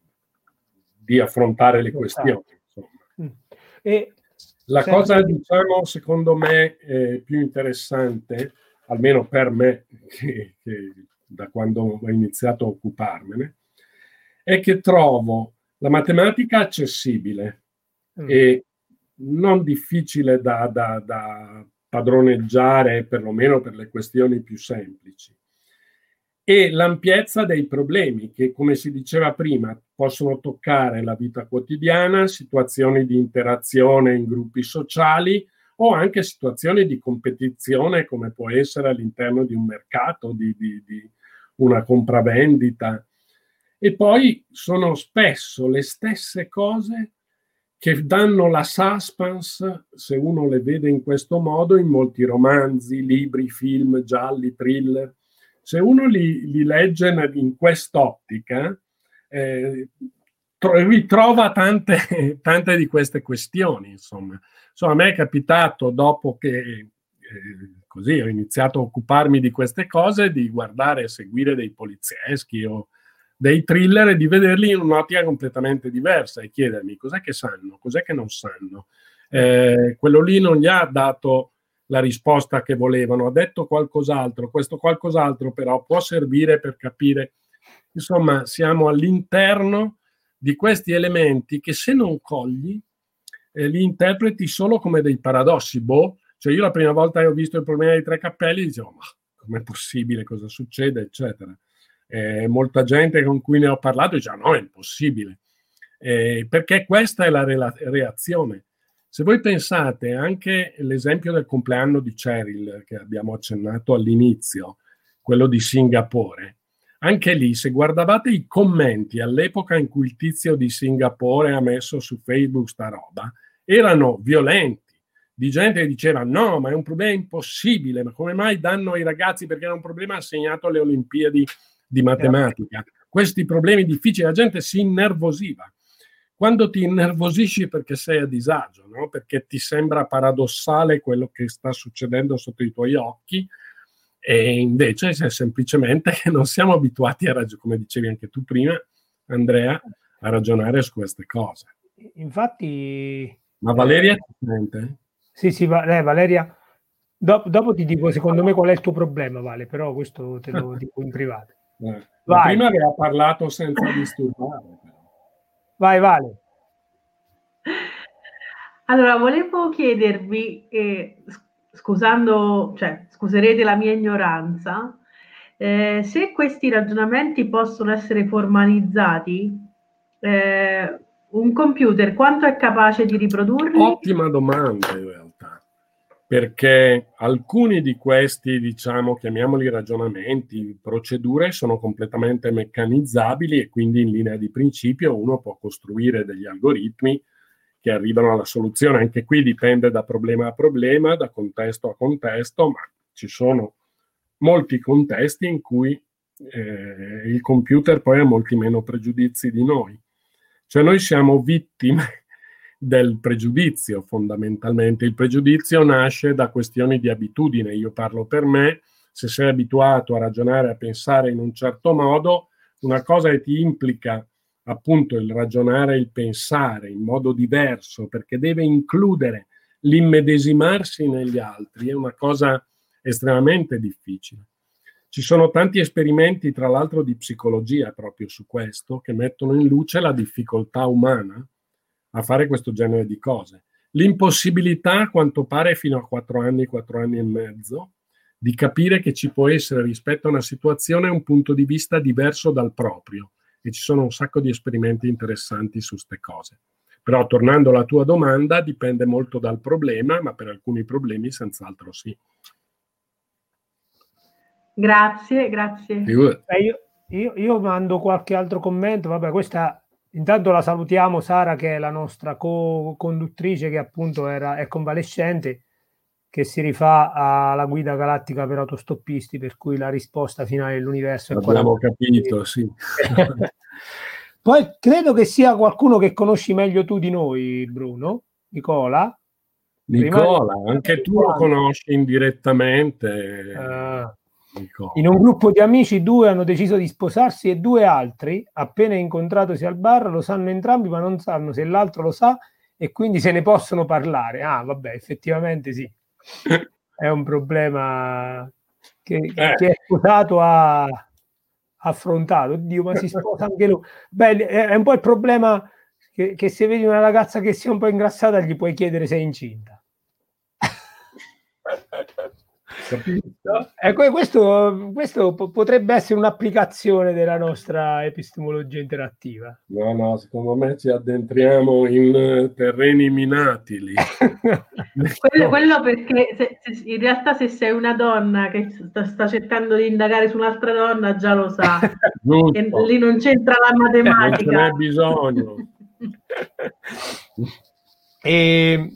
di affrontare le questioni. Insomma. E La sempre... cosa, diciamo, secondo me eh, più interessante, almeno per me, che, che da quando ho iniziato a occuparmene, è che trovo la matematica accessibile mm. e non difficile da, da, da padroneggiare, perlomeno per le questioni più semplici, e l'ampiezza dei problemi che, come si diceva prima, possono toccare la vita quotidiana, situazioni di interazione in gruppi sociali o anche situazioni di competizione, come può essere all'interno di un mercato, di, di, di una compravendita. E poi sono spesso le stesse cose che danno la suspense, se uno le vede in questo modo, in molti romanzi, libri, film, gialli, thriller. Se uno li, li legge in quest'ottica, eh, ritrova tante, tante di queste questioni. Insomma. Insomma, a me è capitato, dopo che eh, così ho iniziato a occuparmi di queste cose, di guardare e seguire dei polizieschi o dei thriller e di vederli in un'ottica completamente diversa e chiedermi cos'è che sanno, cos'è che non sanno. Eh, quello lì non gli ha dato la risposta che volevano, ha detto qualcos'altro, questo qualcos'altro però può servire per capire. Insomma, siamo all'interno di questi elementi che se non cogli eh, li interpreti solo come dei paradossi. Boh, cioè io la prima volta che ho visto il problema dei tre cappelli dicevo, ma com'è possibile, cosa succede, eccetera. Eh, molta gente con cui ne ho parlato dice no, è impossibile, eh, perché questa è la rela- reazione. Se voi pensate anche l'esempio del compleanno di Cheryl che abbiamo accennato all'inizio, quello di Singapore, anche lì se guardavate i commenti all'epoca in cui il tizio di Singapore ha messo su Facebook sta roba, erano violenti, di gente che diceva no, ma è un problema impossibile, ma come mai danno ai ragazzi, perché era un problema assegnato alle Olimpiadi di matematica, questi problemi difficili, la gente si innervosiva. Quando ti innervosisci perché sei a disagio, no? Perché ti sembra paradossale quello che sta succedendo sotto i tuoi occhi, e invece è semplicemente che non siamo abituati a ragionare, come dicevi anche tu prima, Andrea, a ragionare su queste cose. Infatti... Ma Valeria eh, ti sente? Sì, sì, va, eh, Valeria... Dopo, dopo ti dico secondo me qual è il tuo problema, Vale, però questo te lo dico in privato. Eh, ma prima aveva parlato senza disturbare. Vai, Vale. Allora, volevo chiedervi, eh, scusando, cioè, scuserete la mia ignoranza, eh, se questi ragionamenti possono essere formalizzati, eh, un computer quanto è capace di riprodurli? Ottima domanda in realtà. perché alcuni di questi, diciamo, chiamiamoli ragionamenti, procedure, sono completamente meccanizzabili e quindi in linea di principio uno può costruire degli algoritmi che arrivano alla soluzione. Anche qui dipende da problema a problema, da contesto a contesto, ma ci sono molti contesti in cui eh, il computer poi ha molti meno pregiudizi di noi. Cioè noi siamo vittime del pregiudizio, fondamentalmente. Il pregiudizio nasce da questioni di abitudine. Io parlo per me: se sei abituato a ragionare, a pensare in un certo modo, una cosa che ti implica appunto il ragionare e il pensare in modo diverso, perché deve includere l'immedesimarsi negli altri, è una cosa estremamente difficile. Ci sono tanti esperimenti, tra l'altro di psicologia, proprio su questo, che mettono in luce la difficoltà umana a fare questo genere di cose. L'impossibilità, a quanto pare, fino a quattro anni, quattro anni e mezzo, di capire che ci può essere rispetto a una situazione un punto di vista diverso dal proprio. E ci sono un sacco di esperimenti interessanti su queste cose. Però, tornando alla tua domanda, dipende molto dal problema, ma per alcuni problemi senz'altro sì. Grazie, grazie. Eh, io, io, io mando qualche altro commento. Vabbè, questa intanto la salutiamo, Sara, che è la nostra co-conduttrice, che appunto era, è convalescente, che si rifà alla guida galattica per autostoppisti, per cui la risposta finale dell'universo è abbiamo capito, sì. Poi credo che sia qualcuno che conosci meglio tu di noi, Bruno, Nicola. Nicola, Rimane... anche tu lo conosci indirettamente. Uh, in un gruppo di amici due hanno deciso di sposarsi e due altri, appena incontratosi al bar, lo sanno entrambi, ma non sanno se l'altro lo sa e quindi se ne possono parlare. Ah, vabbè, effettivamente sì. È un problema che, eh. che è sposato ha affrontato. Oddio, ma si sposa anche lui. Beh, è un po' il problema che, che se vedi una ragazza che sia un po' ingrassata gli puoi chiedere se è incinta. No? Ecco, questo, questo potrebbe essere un'applicazione della nostra epistemologia interattiva. No, no, secondo me ci addentriamo in terreni minati lì. quello, quello perché se, se, in realtà se sei una donna che sta, sta cercando di indagare su un'altra donna già lo sa. E lì non c'entra la matematica. Non ce n'è bisogno. e,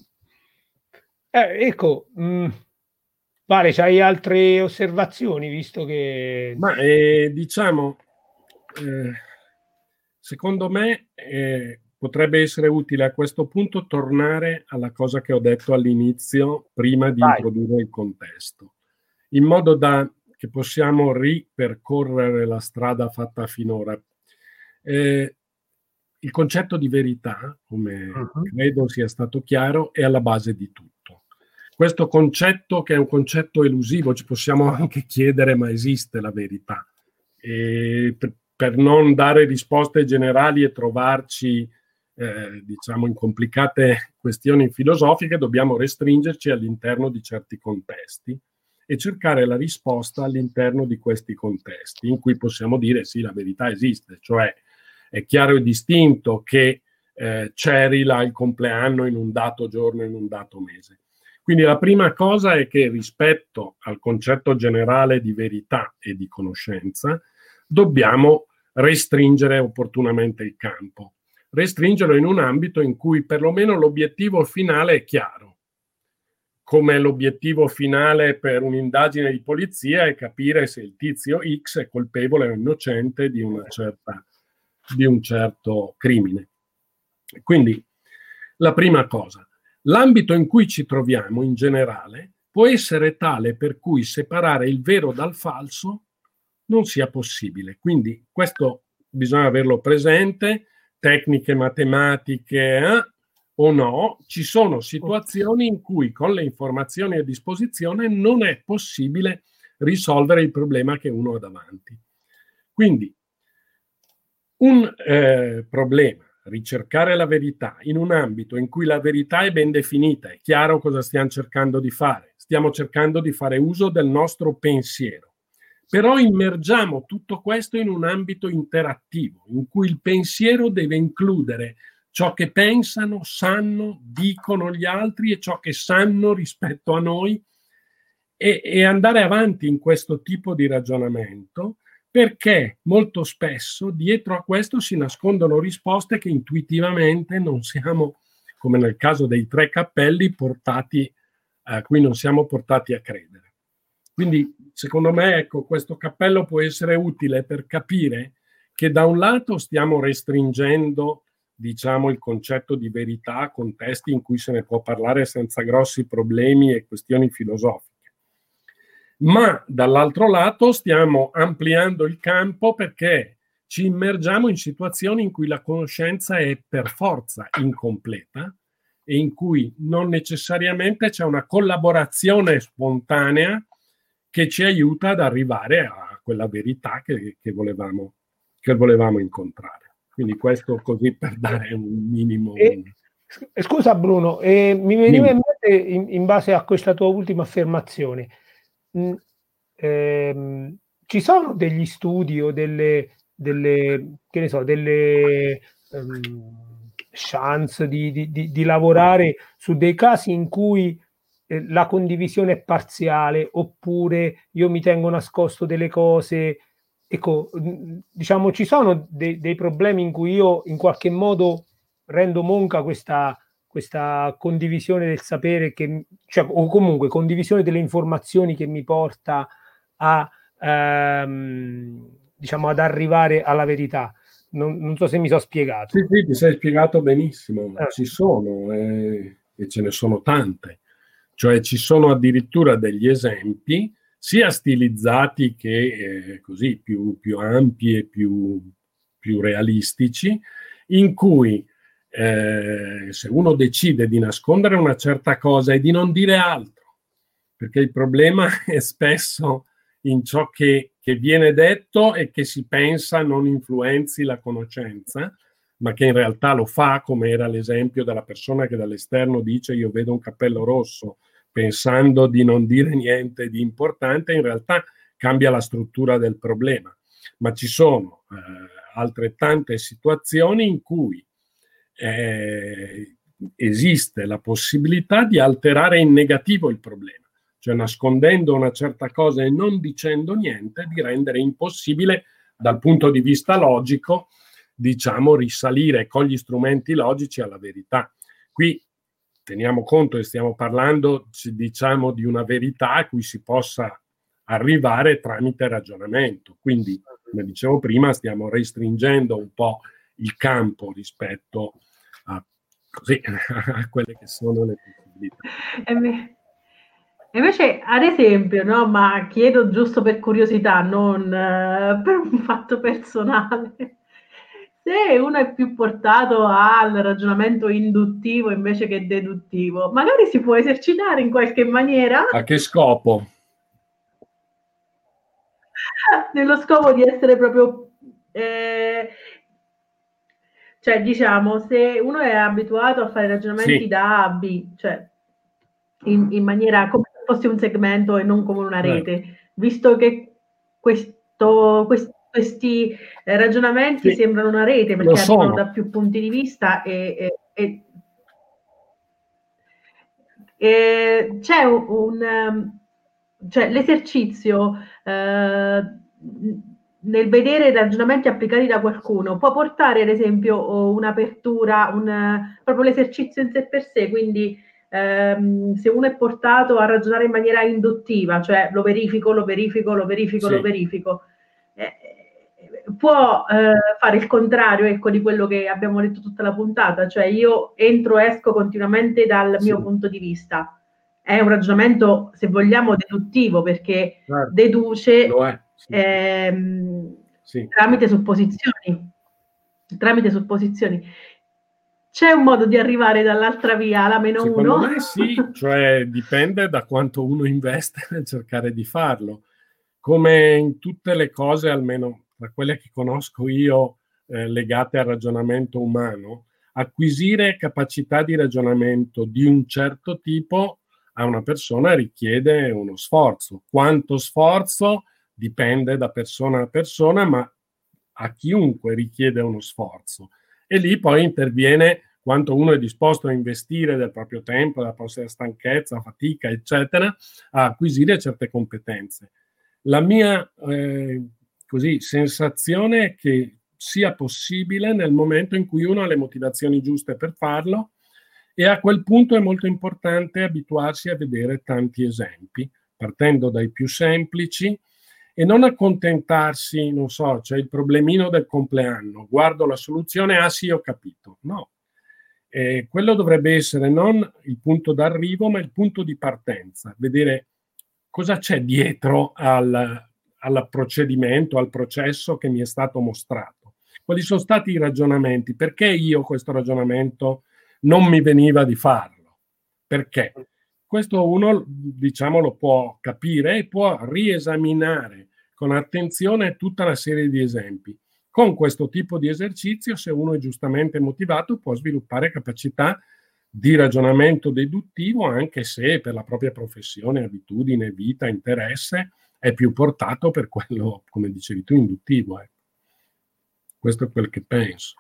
eh, ecco, mh, Vale, c'hai altre osservazioni, visto che... Ma eh, diciamo, eh, secondo me eh, potrebbe essere utile a questo punto tornare alla cosa che ho detto all'inizio, prima di Vai. introdurre il contesto, in modo da che possiamo ripercorrere la strada fatta finora. Eh, il concetto di verità, come uh-huh. credo sia stato chiaro, è alla base di tutto. Questo concetto, che è un concetto elusivo, ci possiamo anche chiedere: ma esiste la verità? E per, per non dare risposte generali e trovarci, eh, diciamo, in complicate questioni filosofiche, dobbiamo restringerci all'interno di certi contesti e cercare la risposta all'interno di questi contesti, in cui possiamo dire sì, la verità esiste, cioè è chiaro e distinto che eh, Cheryl ha il compleanno in un dato giorno, in un dato mese. Quindi la prima cosa è che rispetto al concetto generale di verità e di conoscenza dobbiamo restringere opportunamente il campo, restringerlo in un ambito in cui perlomeno l'obiettivo finale è chiaro, come l'obiettivo finale per un'indagine di polizia è capire se il tizio X è colpevole o innocente di una certa, di un certo crimine. Quindi la prima cosa. L'ambito in cui ci troviamo in generale può essere tale per cui separare il vero dal falso non sia possibile. Quindi questo bisogna averlo presente, tecniche matematiche eh, o no, ci sono situazioni in cui con le informazioni a disposizione non è possibile risolvere il problema che uno ha davanti. Quindi un eh, problema, ricercare la verità in un ambito in cui la verità è ben definita, è chiaro cosa stiamo cercando di fare. Stiamo cercando di fare uso del nostro pensiero. Però immergiamo tutto questo in un ambito interattivo, in cui il pensiero deve includere ciò che pensano, sanno, dicono gli altri e ciò che sanno rispetto a noi, e, e andare avanti in questo tipo di ragionamento, perché molto spesso dietro a questo si nascondono risposte che intuitivamente non siamo, come nel caso dei tre cappelli, portati, a cui non siamo portati a credere. Quindi, secondo me, ecco, questo cappello può essere utile per capire che da un lato stiamo restringendo, diciamo, il concetto di verità a contesti in cui se ne può parlare senza grossi problemi e questioni filosofiche, ma dall'altro lato stiamo ampliando il campo perché ci immergiamo in situazioni in cui la conoscenza è per forza incompleta e in cui non necessariamente c'è una collaborazione spontanea che ci aiuta ad arrivare a quella verità che, che, volevamo, che volevamo incontrare. Quindi questo così per dare un minimo... E, scusa Bruno, eh, mi veniva in mente in, in base a questa tua ultima affermazione, mh, ehm, ci sono degli studi o delle, delle che ne so, delle um, chance di, di, di, di lavorare su dei casi in cui eh, la condivisione è parziale, oppure io mi tengo nascosto delle cose? Ecco, diciamo, ci sono de- dei problemi in cui io in qualche modo rendo monca questa, questa condivisione del sapere, che, cioè, o comunque condivisione delle informazioni che mi porta a, ehm, diciamo, ad arrivare alla verità. Non, non so se mi sono spiegato. Sì, sì, ti sei spiegato benissimo. Eh. Ci sono, eh, e ce ne sono tante. Cioè ci sono addirittura degli esempi, sia stilizzati che eh, così più, più ampi e più, più realistici, in cui eh, se uno decide di nascondere una certa cosa e di non dire altro, perché il problema è spesso in ciò che, che viene detto e che si pensa non influenzi la conoscenza, ma che in realtà lo fa, come era l'esempio della persona che dall'esterno dice io vedo un cappello rosso, pensando di non dire niente di importante, in realtà cambia la struttura del problema. Ma ci sono eh, altrettante situazioni in cui eh, esiste la possibilità di alterare in negativo il problema, cioè nascondendo una certa cosa e non dicendo niente, di rendere impossibile dal punto di vista logico, diciamo, risalire con gli strumenti logici alla verità. Qui teniamo conto che stiamo parlando, diciamo, di una verità a cui si possa arrivare tramite ragionamento. Quindi, come dicevo prima, stiamo restringendo un po' il campo rispetto a, così, a quelle che sono le possibilità. E invece, ad esempio, no, ma chiedo giusto per curiosità, non uh, per un fatto personale, se uno è più portato al ragionamento induttivo invece che deduttivo, magari si può esercitare in qualche maniera. A che scopo? Nello scopo di essere proprio... Eh, cioè, diciamo, se uno è abituato a fare ragionamenti sì. da A a B, cioè in, in maniera come se fosse un segmento e non come una rete, eh. visto che questo, quest, questi eh, ragionamenti sì. sembrano una rete perché Lo arrivano sono. da più punti di vista e, e, e, e c'è un, un cioè l'esercizio eh, nel vedere ragionamenti applicati da qualcuno può portare ad esempio un'apertura, un, proprio l'esercizio in sé per sé, quindi ehm, se uno è portato a ragionare in maniera induttiva, cioè lo verifico, lo verifico, lo verifico, sì. lo verifico, eh, può eh, fare il contrario, ecco, di quello che abbiamo detto tutta la puntata, cioè io entro e esco continuamente dal sì. mio punto di vista. È un ragionamento, se vogliamo, deduttivo, perché certo. deduce Lo è. Sì. Ehm, sì. tramite supposizioni. Tramite supposizioni. C'è un modo di arrivare dall'altra via alla meno Secondo uno? me sì, cioè dipende da quanto uno investe nel cercare di farlo. Come in tutte le cose, almeno tra quelle che conosco io, eh, legate al ragionamento umano, acquisire capacità di ragionamento di un certo tipo a una persona richiede uno sforzo. Quanto sforzo dipende da persona a persona, ma a chiunque richiede uno sforzo. E lì poi interviene quanto uno è disposto a investire del proprio tempo, della propria stanchezza, fatica, eccetera, a acquisire certe competenze. La mia eh, così, sensazione è che sia possibile nel momento in cui uno ha le motivazioni giuste per farlo, e a quel punto è molto importante abituarsi a vedere tanti esempi, partendo dai più semplici, e non accontentarsi, non so, c'è il problemino del compleanno, guardo la soluzione, ah sì, ho capito. No, eh, quello dovrebbe essere non il punto d'arrivo, ma il punto di partenza, vedere cosa c'è dietro al, al procedimento, al processo che mi è stato mostrato. Quali sono stati i ragionamenti? Perché io questo ragionamento non mi veniva di farlo? Perché? Questo uno, diciamo, lo può capire e può riesaminare con attenzione tutta una serie di esempi. Con questo tipo di esercizio, se uno è giustamente motivato, può sviluppare capacità di ragionamento deduttivo, anche se per la propria professione, abitudine, vita, interesse, è più portato per quello, come dicevi tu, induttivo. Eh. Questo è quel che penso.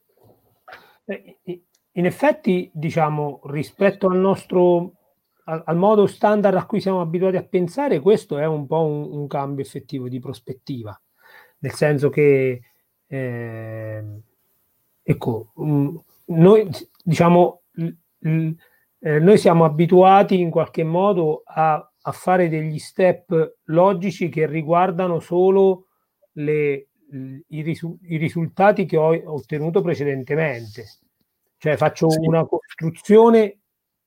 In effetti, diciamo, rispetto al nostro al, al modo standard a cui siamo abituati a pensare, questo è un po' un, un cambio effettivo di prospettiva, nel senso che eh, ecco, mh, noi diciamo l, l, eh, noi siamo abituati in qualche modo a, a fare degli step logici che riguardano solo le, i, risu, i risultati che ho ottenuto precedentemente. Cioè faccio sì. una costruzione.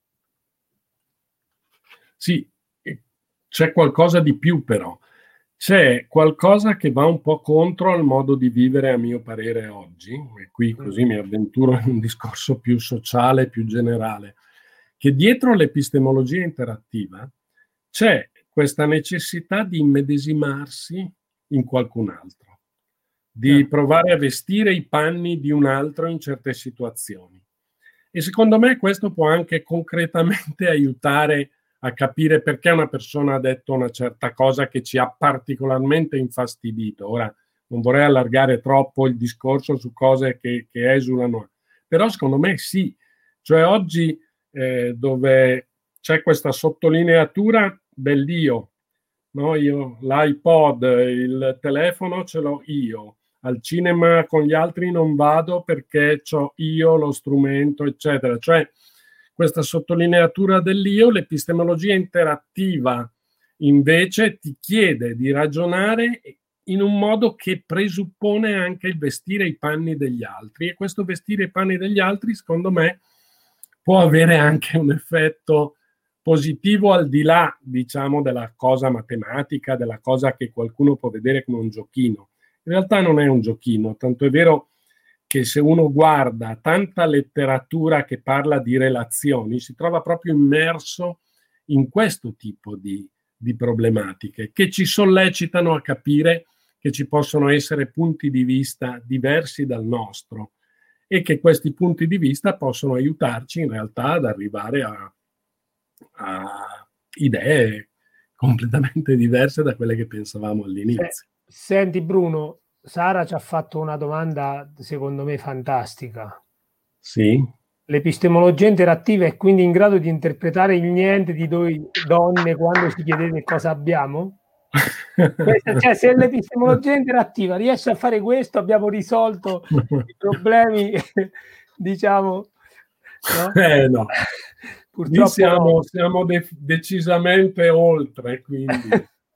Sì, c'è qualcosa di più però. C'è qualcosa che va un po' contro al modo di vivere, a mio parere, oggi, e qui così mi avventuro in un discorso più sociale, più generale, che dietro l'epistemologia interattiva c'è questa necessità di immedesimarsi in qualcun altro, di provare a vestire i panni di un altro in certe situazioni. E secondo me questo può anche concretamente aiutare a capire perché una persona ha detto una certa cosa che ci ha particolarmente infastidito. Ora, non vorrei allargare troppo il discorso su cose che, che esulano, però secondo me sì. Cioè oggi eh, dove c'è questa sottolineatura dell'io, no? Io, l'iPod, il telefono ce l'ho io, al cinema con gli altri non vado perché c'ho io lo strumento, eccetera. Cioè questa sottolineatura dell'io, l'epistemologia interattiva invece ti chiede di ragionare in un modo che presuppone anche il vestire i panni degli altri, e questo vestire i panni degli altri, secondo me, può avere anche un effetto positivo al di là, diciamo, della cosa matematica, della cosa che qualcuno può vedere come un giochino. In realtà non è un giochino, tanto è vero che se uno guarda tanta letteratura che parla di relazioni, si trova proprio immerso in questo tipo di, di problematiche che ci sollecitano a capire che ci possono essere punti di vista diversi dal nostro e che questi punti di vista possono aiutarci in realtà ad arrivare a, a idee completamente diverse da quelle che pensavamo all'inizio. Senti Bruno, Sara ci ha fatto una domanda secondo me fantastica. Sì. L'epistemologia interattiva è quindi in grado di interpretare il niente di noi donne quando ci chiedete cosa abbiamo? Questa, cioè, se l'epistemologia interattiva riesce a fare questo, abbiamo risolto i problemi, diciamo, no? Eh no. Purtroppo siamo, no. siamo de- decisamente oltre, quindi.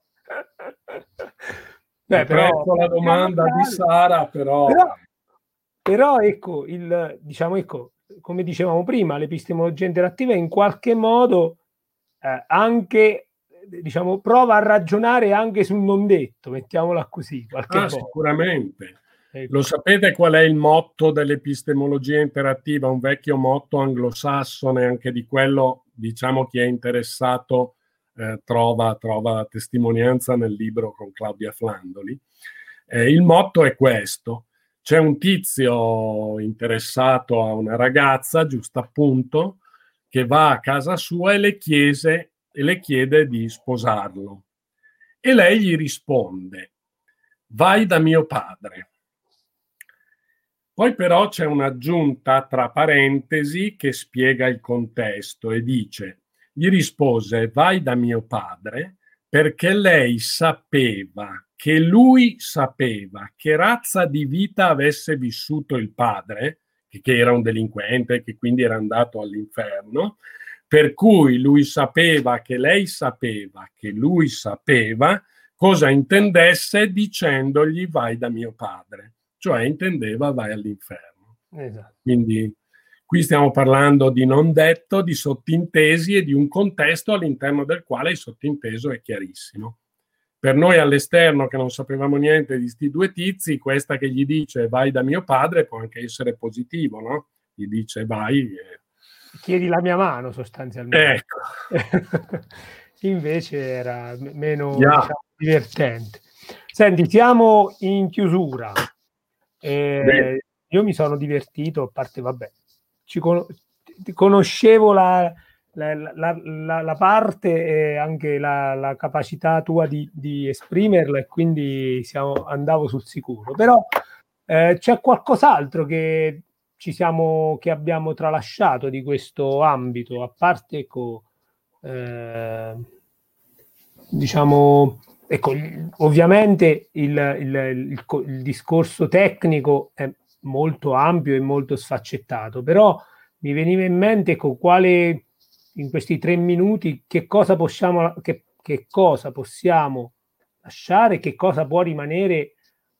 Beh, però la domanda di Sara, però... però però ecco il diciamo ecco come dicevamo prima, l'epistemologia interattiva in qualche modo eh, anche diciamo prova a ragionare anche sul non detto, mettiamola così qualche ah, volta. Sicuramente. Ecco. Lo sapete qual è il motto dell'epistemologia interattiva? Un vecchio motto anglosassone, anche di quello, diciamo, chi è interessato eh, trova, trova testimonianza nel libro con Claudia Flandoli. Eh, il motto è questo: c'è un tizio interessato a una ragazza, giusto appunto, che va a casa sua e le chiese, e le chiede di sposarlo. E lei gli risponde: vai da mio padre. Poi però c'è un'aggiunta tra parentesi che spiega il contesto e dice: gli rispose, vai da mio padre, perché lei sapeva che lui sapeva che razza di vita avesse vissuto il padre, che era un delinquente, che quindi era andato all'inferno, per cui lui sapeva che lei sapeva che lui sapeva cosa intendesse dicendogli vai da mio padre, cioè intendeva vai all'inferno. Esatto. Quindi qui stiamo parlando di non detto, di sottintesi e di un contesto all'interno del quale il sottinteso è chiarissimo. Per noi all'esterno che non sapevamo niente di sti due tizi, questa che gli dice vai da mio padre può anche essere positivo, no? Gli dice vai... E... chiedi la mia mano sostanzialmente. Ecco. Invece era meno yeah. diciamo, divertente. Senti, siamo in chiusura. Eh, io mi sono divertito, a parte, vabbè, ci con- conoscevo la, la, la, la, la parte e anche la, la capacità tua di, di esprimerla, e quindi siamo, andavo sul sicuro. Però eh, c'è qualcos'altro che ci siamo, che abbiamo tralasciato di questo ambito, a parte ecco, eh, diciamo, ecco, ovviamente il, il, il, il discorso tecnico è molto ampio e molto sfaccettato, però mi veniva in mente ecco, quale in questi tre minuti che cosa possiamo che, che cosa possiamo lasciare, che cosa può rimanere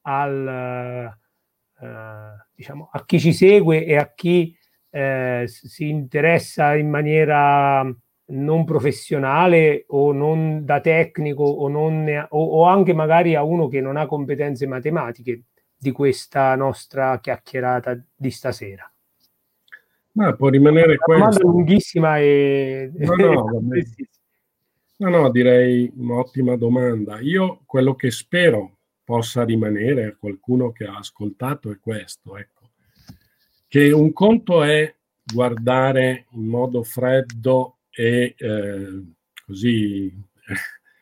al uh, diciamo a chi ci segue e a chi eh, si interessa in maniera non professionale o non da tecnico o, non ne, o, o anche magari a uno che non ha competenze matematiche di questa nostra chiacchierata di stasera. Ma può rimanere una domanda questo. lunghissima e no no, no no direi un'ottima domanda. Io quello che spero possa rimanere a qualcuno che ha ascoltato è questo, ecco, che un conto è guardare in modo freddo e eh, così eh,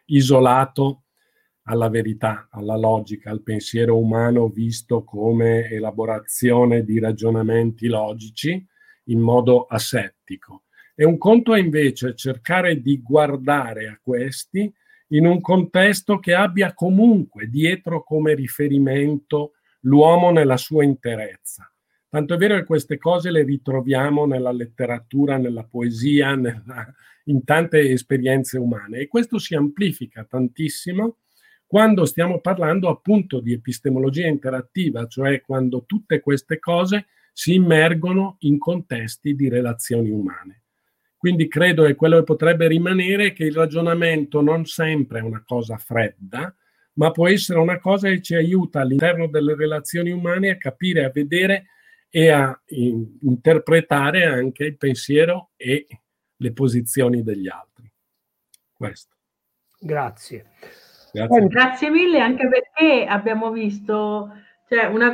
isolato alla verità, alla logica, al pensiero umano visto come elaborazione di ragionamenti logici in modo asettico. E un conto è invece cercare di guardare a questi in un contesto che abbia comunque dietro come riferimento l'uomo nella sua interezza. Tanto è vero che queste cose le ritroviamo nella letteratura, nella poesia, nella, in tante esperienze umane, e questo si amplifica tantissimo quando stiamo parlando appunto di epistemologia interattiva, cioè quando tutte queste cose si immergono in contesti di relazioni umane. Quindi credo che quello che potrebbe rimanere è che il ragionamento non sempre è una cosa fredda, ma può essere una cosa che ci aiuta all'interno delle relazioni umane a capire, a vedere e a in, interpretare anche il pensiero e le posizioni degli altri. Questo. Grazie. Grazie. Grazie mille, anche perché abbiamo visto cioè, una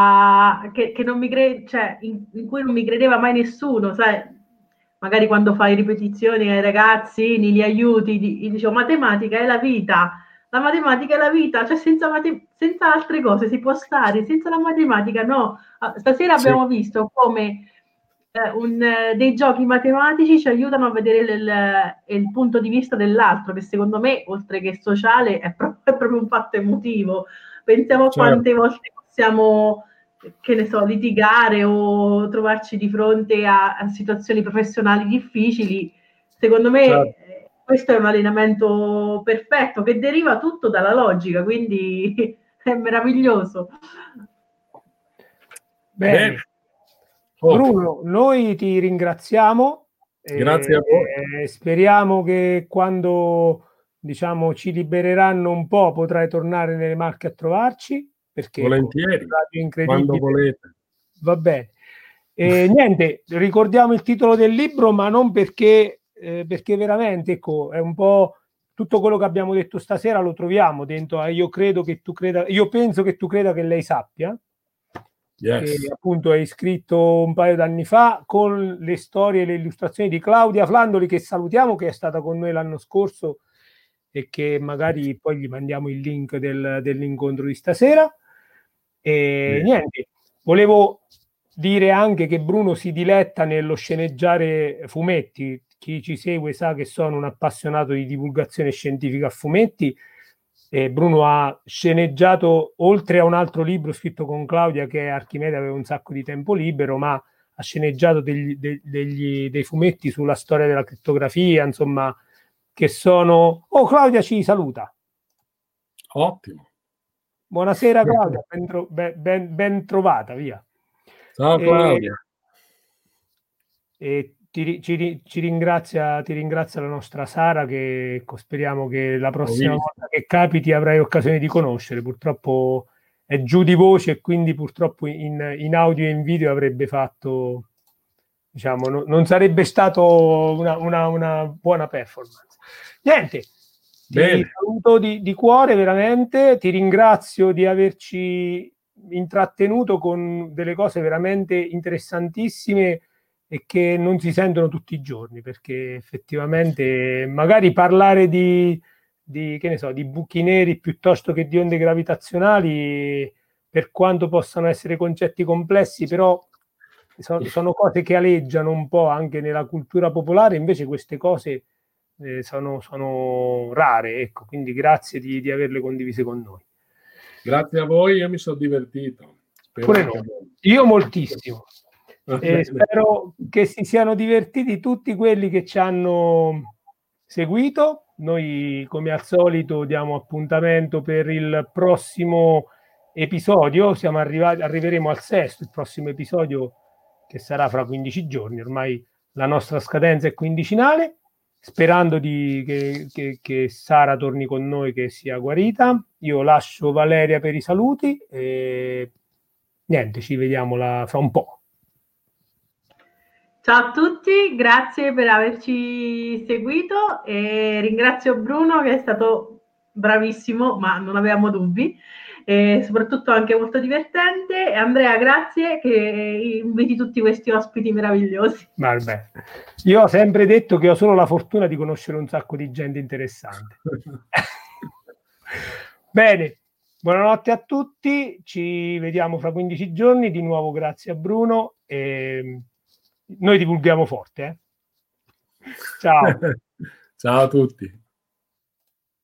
cosa che, che non mi cre- cioè, in, in cui non mi credeva mai nessuno, sai? Magari quando fai ripetizioni ai ragazzini, li aiuti, gli dicevo matematica è la vita, la matematica è la vita, cioè senza, mate- senza altre cose si può stare, senza la matematica no. Stasera sì. Abbiamo visto come eh, un, dei giochi matematici ci aiutano a vedere il, il, il punto di vista dell'altro, che secondo me, oltre che sociale, è, pro- è proprio un fatto emotivo. Pensiamo a certo. Quante volte possiamo, che ne so, litigare o trovarci di fronte a, a situazioni professionali difficili. Secondo me certo. eh, questo è un allenamento perfetto che deriva tutto dalla logica, quindi è meraviglioso. Bene. Bene. Bruno, noi ti ringraziamo. Grazie e, a voi. E speriamo che quando diciamo ci libereranno un po' potrai tornare nelle Marche a trovarci. Perché volentieri, incredibile. Quando volete. Va bene. E, niente, ricordiamo il titolo del libro, ma non perché, eh, perché veramente ecco, è un po' tutto quello che abbiamo detto stasera lo troviamo dentro a Io credo che tu creda, io penso che tu creda che lei sappia. Yes. Che appunto hai scritto un paio d'anni fa con le storie e le illustrazioni di Claudia Flandoli, che salutiamo, che è stata con noi l'anno scorso e che magari poi gli mandiamo il link del, dell'incontro di stasera. E yes. Niente, volevo dire anche che Bruno si diletta nello sceneggiare fumetti. Chi ci segue sa che sono un appassionato di divulgazione scientifica a fumetti. E Bruno ha sceneggiato, oltre a un altro libro scritto con Claudia, che è Archimede aveva un sacco di tempo libero, ma ha sceneggiato degli, de, degli, dei fumetti sulla storia della crittografia, insomma, che sono... Oh, Claudia ci saluta. Ottimo. Buonasera Claudia, ben, tro... ben, ben trovata, via. Ciao Claudia. E, e ti, ci, ci ringrazia, ti ringrazia la nostra Sara, che ecco, speriamo che la prossima volta che capiti avrai occasione di conoscere. Purtroppo è giù di voce e quindi purtroppo in, in audio e in video avrebbe fatto, diciamo, no, non sarebbe stato una, una, una buona performance. Niente, Bene. Ti saluto di, di cuore veramente, ti ringrazio di averci intrattenuto con delle cose veramente interessantissime e che non si sentono tutti i giorni, perché effettivamente magari parlare di, di che ne so, di buchi neri piuttosto che di onde gravitazionali, per quanto possano essere concetti complessi, però sono, sono cose che aleggiano un po' anche nella cultura popolare. Invece queste cose eh, sono, sono rare, ecco, quindi grazie di, di averle condivise con noi. Grazie a voi, io mi sono divertito. Pure no. Io moltissimo. E spero che si siano divertiti tutti quelli che ci hanno seguito. Noi, come al solito, diamo appuntamento per il prossimo episodio. Siamo arrivati, arriveremo al sesto, il prossimo episodio, che sarà fra quindici giorni. Ormai la nostra scadenza è quindicinale, sperando di, che, che, che Sara torni con noi, che sia guarita. Io lascio Valeria per i saluti e niente, ci vediamo la, fra un po'. Ciao a tutti, grazie per averci seguito e ringrazio Bruno che è stato bravissimo, ma non avevamo dubbi, e soprattutto anche molto divertente. E Andrea, grazie che inviti tutti questi ospiti meravigliosi. Vabbè. Io ho sempre detto che ho solo la fortuna di conoscere un sacco di gente interessante. Bene, buonanotte a tutti, ci vediamo fra quindici giorni, di nuovo grazie a Bruno e noi divulghiamo forte. Eh? Ciao. Ciao a tutti.